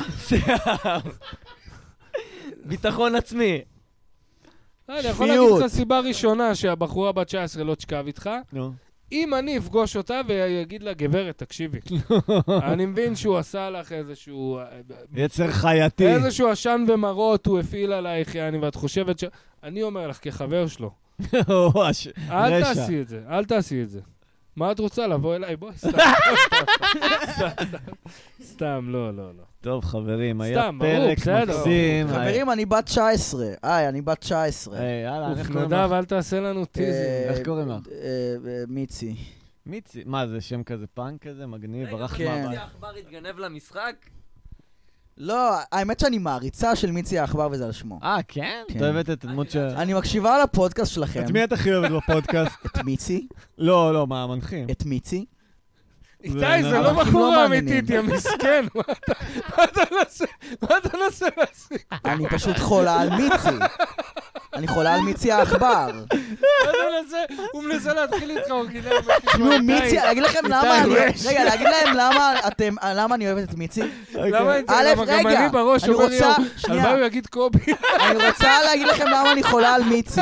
ביטחון עצמי. אני יכול להגיד לך סיבה ראשונה שהבחורה בת 19 לא תשכב איתך. אם אני אפגוש אותה ויגיד לה, גברת, תקשיבי. אני מבין שהוא עשה לך איזשהו... יצר חייתי. איזשהו עשן ומרות הוא הפעיל עלייך, ואת חושבת ש... אני אומר לך, כחבר שלו. אל תעשי את זה, אל תעשי את זה. מה את רוצה? לבוא אליי? בואי, סתם, לא. טוב, חברים, היה פרק מקסים. חברים, אני בת 19. אני בת 19. אוף, נדב, אל תעשה לנו טיזים. איך קוראים לך? מיצי. מיצי? מה, זה שם כזה פאנק כזה? מגניב? מיצי העכבר התגנב למשחק? לא, האמת שאני מעריצה של מיצי העכבר וזה על שמו. כן? אתה אוהבת את הדמות ש... אני מקשיבה לפודקאסט שלכם. את מי אתה הכי אוהבת בפודקאסט? את מיצי. לא, מה, המנחים? את מיצי. איתי, זה לא בחורה אמיתית, יא מסכן. מה אתה נעשה להשיג? אני פשוט חולה על מיצי. אני חולה על מיצי העכבר. הוא מנסה להתחיל איתך, הוא גילה... תשמעו, מיצי, להגיד לכם למה אני... רגע, להגיד להם למה אני אוהבת את מיצי? למה את זה? למה גם אני בראש אומר יום, על מה הוא יגיד קובי? אני רוצה להגיד לכם למה אני חולה על מיצי.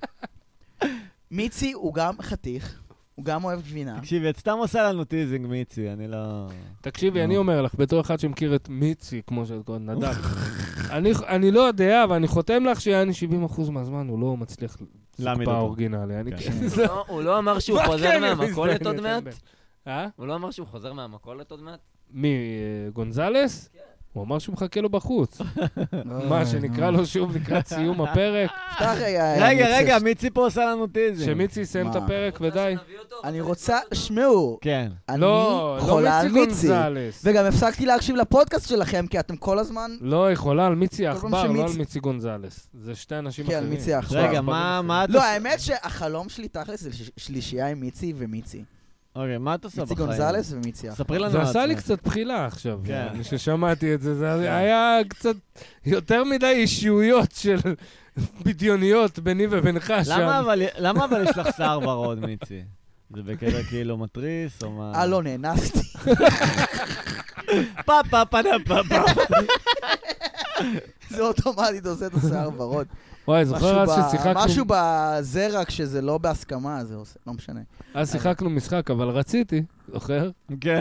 מיצי הוא גם חתיך. הוא גם אוהב גבינה. תקשיבי, את סתם עושה לנו טיזינג מיצי, אני לא... תקשיבי, אני אומר לך, בתור אחד שמכיר את מיצי, כמו שאת קוראים, נדב, אני לא יודע, אבל אני חותם לך שיעני 70% מהזמן, הוא לא מצליח סקפה אורגינלי. הוא לא אמר שהוא חוזר מהמכולת עוד מעט? הוא לא אמר שהוא חוזר מהמכולת עוד מעט? מי, גונזלס? הוא אמר שהוא מחכה לו בחוץ. מה, שנקרא לו שוב לקראת סיום הפרק? רגע, מיצי פה עושה לנו טיזינג. שמיצי יסיים את הפרק ודי. אני רוצה, שמעו, כן. אני חולה על מיצי. וגם הפסקתי להקשיב לפודקאסט שלכם, כי אתם כל הזמן... לא, היא חולה על מיצי העכבר, לא על מיצי גונזלס. זה שתי אנשים אחרים. כן, מיצי העכבר. רגע, מה אתה... לא, האמת שהחלום שלי תכלס זה שלישייה עם מיצי ומיצי. אוקיי, מה אתה עושה בחיים? מיצי גונזלס ומיצי אחר. ספרי לנו זה עשה לי קצת בחילה עכשיו. כששמעתי את זה, זה היה קצת יותר מדי אישיויות של בדיוניות ביני ובינך שם. למה אבל יש לך שיער ורוד, מיצי? זה בקטע כאילו מטריס או מה? לא, נאנסתי. פאפה. זה אוטומטית עושה את השיער ורוד. וואי, זוכר אז ששיחקנו... משהו בזרע כשזה לא בהסכמה, זה עושה, לא משנה. אז שיחקנו משחק, אבל רציתי, זוכר? כן.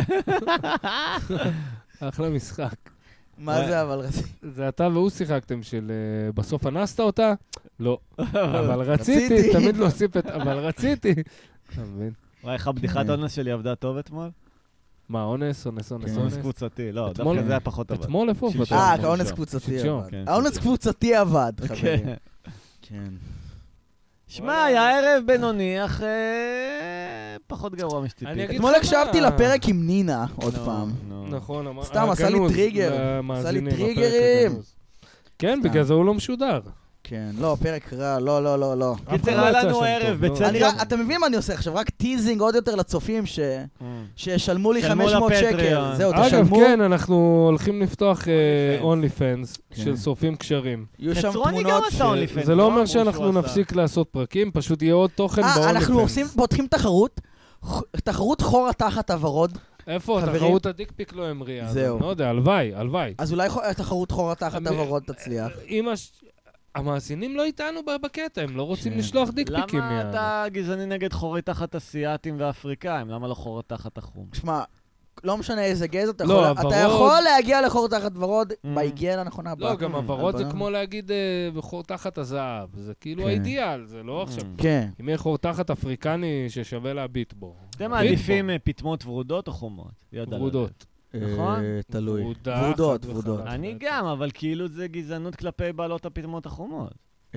אחלה משחק. מה זה אבל רציתי? זה אתה והוא שיחקתם של בסוף אנסת אותה? לא. אבל רציתי, תמיד להוסיף את... אבל רציתי. אתה מבין? וואי, איך הבדיחת אונס שלי עבדה טוב אתמול? מה, אונס? אונס קבוצתי, לא, דווקא זה היה פחות עבד. אתמול איפה? האונס קבוצתי עבד. האונס קבוצתי עבד, חברים. כן. שמע, היה ערב בינוני, אך פחות גרוע משציפיתי. אתמול הקשבתי לפרק עם נינה, עוד פעם. נכון, סתם, עשה לי טריגר. עשה לי טריגרים. כן, בגלל זה הוא לא משודר. כן, לא, פרק רע, לא. קיצר, היה לנו ערב בצדק. אתה מבין מה אני עושה עכשיו? רק טיזינג עוד יותר לצופים שישלמו לי 500 שקל. זהו, תשלמו. אגב, כן, אנחנו הולכים לפתוח אונלי פנס של שורפים קשרים. יהיו שם תמונות. זה לא אומר שאנחנו נפסיק לעשות פרקים, פשוט יהיה עוד תוכן באונלי פנס. אנחנו פותחים תחרות חור התחת הוורוד. איפה? תחרות הדיקפיק לא המריאה. זהו. לא יודע, הלוואי. אז אולי תחרות חור התחת הוורוד תצליח. המאזינים לא איתנו בקטע, הם לא רוצים לשלוח דיקפיקים. למה אתה גזעני נגד חורי תחת אסיאטים ואפריקאים? למה לא חורי תחת החום? שמע, לא משנה איזה גזע, לא, אתה יכול להגיע לחור תחת ורוד בהיגיינה הנכונה. לא, גם הוורוד זה כמו להגיד חור תחת הזהב. זה כאילו האידיאל, זה לא עכשיו. כן. אם יהיה חור תחת אפריקני ששווה להביט בו. אתם מעדיפים פטמות ורודות או חומות? ורודות. נכון? תלוי. ורודות. אני גם, אבל כאילו זה גזענות כלפי בעלות הפטמות החומות.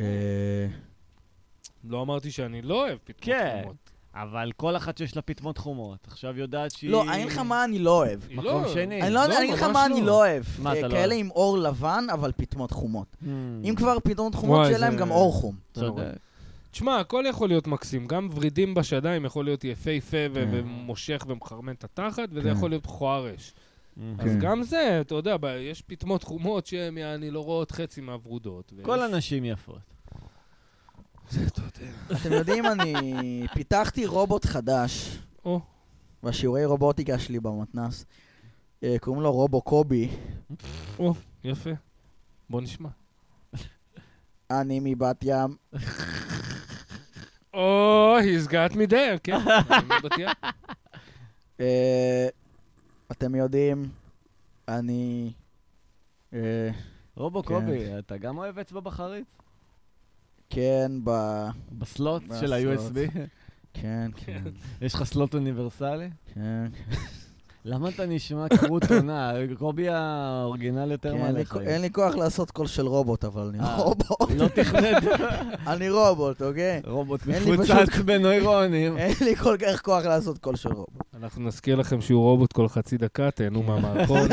לא אמרתי שאני לא אוהב פטמות חומות. אבל כל אחת שיש לה פטמות חומות, עכשיו יודעת שהיא... לא, אני אגיד לך מה אני לא אוהב. מקום שני. אני אגיד לך מה אני לא אוהב. מה אתה לא כאלה עם אור לבן, אבל פטמות חומות. אם כבר פטמות חומות, שיהיה להם גם אור חום. תשמע, הכל יכול להיות מקסים. גם ורידים בשדיים יכול להיות יפהפה ומושך ומחרמן את התחת, וזה יכול להיות חוארש. אז גם זה, אתה יודע, יש פטמות חומות שאני לא רואה את חצי מהוורודות. כל הנשים יפות. זה, אתה יודע. אתם יודעים, אני פיתחתי רובוט חדש. בשיעורי רובוטיקה שלי במתנ"ס. קוראים לו רובו קובי. יפה. בוא נשמע. אני מבת ים. he's got me there, כן. אני מבת ים. אתם יודעים, אני... רובו קובי, אתה גם אוהב אצבע בחריץ? כן, בסלוט של ה-USB? כן. יש לך סלוט אוניברסלי? כן. למה אתה נשמע קרות עונה? קובי האורגינל יותר מעליך. אין לי כוח לעשות קול של רובוט, אבל אני רובוט. לא תכנת. אני רובוט, אוקיי? רובוט מפוצץ בנוירונים. אין לי כל כך כוח לעשות קול של רובוט. אנחנו נזכיר לכם שהוא רובוט כל חצי דקה, תהנו מהמערכון.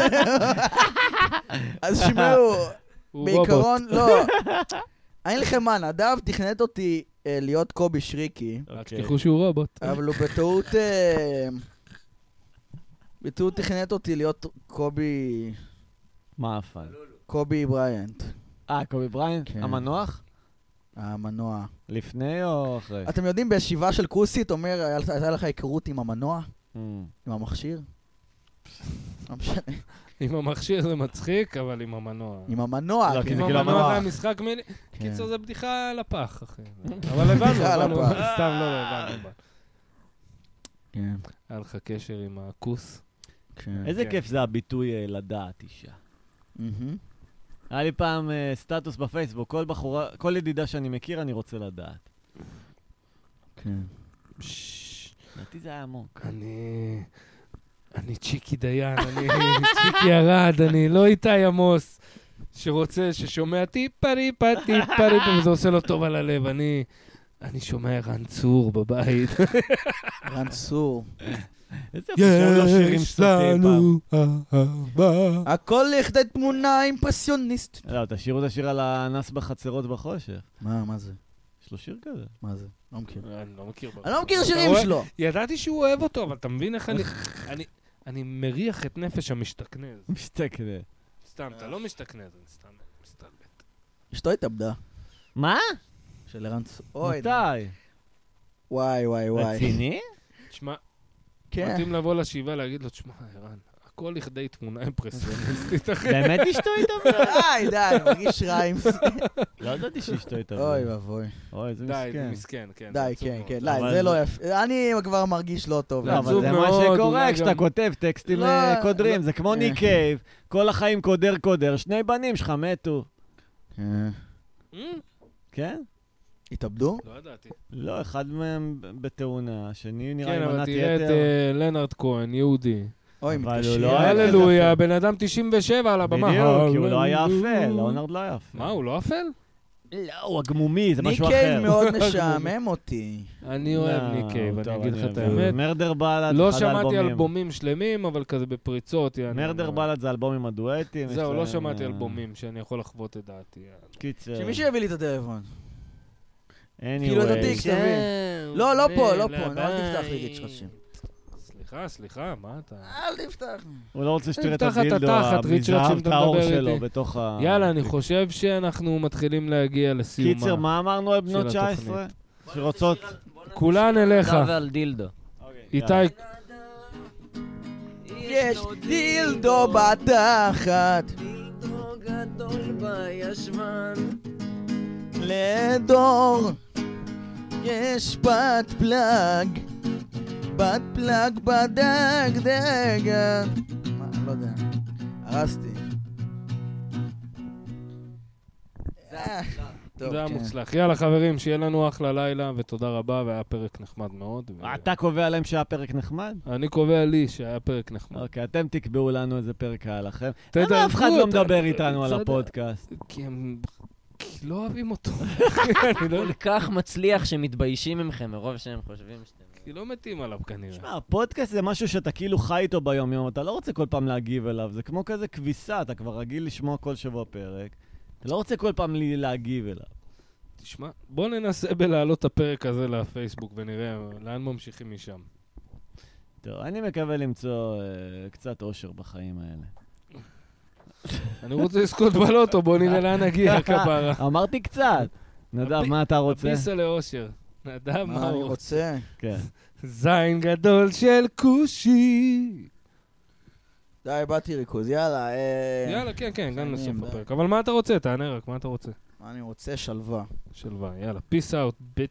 אז שמעו, בעיקרון, לא. אין לכם מה, נדב תכנת אותי להיות קובי שריקי. רק תשכחו שהוא רובוט. אבל הוא בטעות תכנת אותי להיות קובי... מה אפל? קובי בריינט. קובי בריינט? המנוח? המנוע. לפני או אחרי? אתם יודעים, בישיבה של כוסית, אומר, הייתה לך היכרות עם המנוע? עם המכשיר? לא משנה. עם המכשיר זה מצחיק, אבל עם המנוע. עם המנוע. עם המנוע זה המשחק מיני. קיצור, זה בדיחה על הפח, אחי. אבל הבנו, סתם לא הבנו. היה לך קשר עם הכוס. איזה כיף זה הביטוי לדעת אישה. היה לי פעם סטטוס בפייסבוק, כל ידידה שאני מכיר אני רוצה לדעת. כן. לדעתי זה היה עמוק. אני צ'יקי דיין, אני צ'יקי ירד, אני לא איתי עמוס, ששומע טיפה, וזה עושה לו טוב על הלב. אני שומע רנצור בבית. רנצור. איזה שם לא שירים סטוטים פעם. הכל לכדי תמונה אימפרסיוניסט. לא, תשאירו את השיר על הנס בחצרות בחושך. מה זה? יש לו שיר כזה. מה זה? לא מכיר. אני לא מכיר שירים שלו. ידעתי שהוא אוהב אותו, אבל אתה מבין איך אני מריח את נפש המשתכנז. משתכנז. סתם, אתה לא משתכנז, אני סתם מסתלבט. אשתו התאבדה. מה? של רנצור. מתי? וואי. רציני? תשמע, מתאים לבוא לשבעה להגיד לו, תשמע, ערן, הכל לכדי תמונה אימפרסיוניסטית, אחי. באמת אשתו התאבדה? די, מרגיש ריימס. לא ידעתי שאשתו התאבדה. אוי ואבוי. אוי, זה מסכן. די, מסכן, כן. די, כן. זה לא יפה. אני כבר מרגיש לא טוב. לא, אבל זה מה שקורה כשאתה כותב טקסטים קודרים. זה כמו ניק קייב, כל החיים קודר. 2 בנים שלך מתו. כן? התאבדו? לא ידעתי. לא, אחד מהם בתאונה, השני נראה עם כן, אבל מנת תראה יתר. את לנארד כהן, יהודי. אוי, מתקשר. הללויה, בן אדם 97 על הבמה. בדיוק, כי הוא לא היה אפל, לאונרד לא היה אפל. מה, הוא לא אפל? לא, הוא הגמומי, זה משהו אחר. ניק קייב מאוד משעמם אותי. אני אוהב ניק קייב, אני אגיד לך את האמת. מרדר בלד, לא שמעתי אלבומים שלמים, אבל כזה בפריצות. מרדר בלד זה אלבומים הדואטים. זהו, לא שמעתי אלבומים שאני יכול לחוות את דעתי. קיצר. שמישהו יביא לי את הטלפון. anyway. כאילו את התיק, תבין. לא פה, אל תפתח לי את שלך. סליחה, מה אתה? אל תפתח. הוא לא רוצה שתראה את הדילדו, המזהב טהור שלו בתוך ה... יאללה, אני חושב שאנחנו מתחילים להגיע לסיומה. קיצר, מה אמרנו על בנות 19? שרוצות... כולן אליך. דילדו ועל דילדו. איתי... יש דילדו בתחת. דילדו גדול בישבן. לדור יש פת פלאג. בת פלג בדגדגת. מה? לא יודע. הרסתי. זה היה מוצלח. יאללה חברים, שיהיה לנו אחלה לילה, ותודה רבה, והיה פרק נחמד מאוד. אתה קובע להם שהיה פרק נחמד? אני קובע לי שהיה פרק נחמד. אוקיי, אתם תקבעו לנו איזה פרק היה לכם. למה אף אחד לא מדבר איתנו על הפודקאסט? כי הם לא אוהבים אותו. כל כך מצליח שמתביישים ממכם, מרוב שהם חושבים שאתם... כי לא מתים עליו כנראה. תשמע, הפודקאסט זה משהו שאתה כאילו חי איתו ביום יום, אתה לא רוצה כל פעם להגיב אליו, זה כמו כזה כביסה, אתה כבר רגיל לשמוע כל שבוע פרק, אתה לא רוצה כל פעם להגיב אליו. תשמע, בוא ננסה בלהעלות את הפרק הזה לפייסבוק ונראה לאן ממשיכים משם. טוב, אני מקווה למצוא קצת אושר בחיים האלה. אני רוצה לזכות בלוטו, בוא נראה לאן נגיע, כפרה. אמרתי קצת. נדב, מה אתה רוצה? הפיסה לאושר. נדב, מה אני רוצה? כן. זין גדול של כושי. די, באתי ריכוז, יאללה. יאללה, כן, גם לסוף הפרק. אבל מה אתה רוצה? תענה רק, מה אתה רוצה? אני רוצה שלווה. שלווה, יאללה. Peace out, bitch.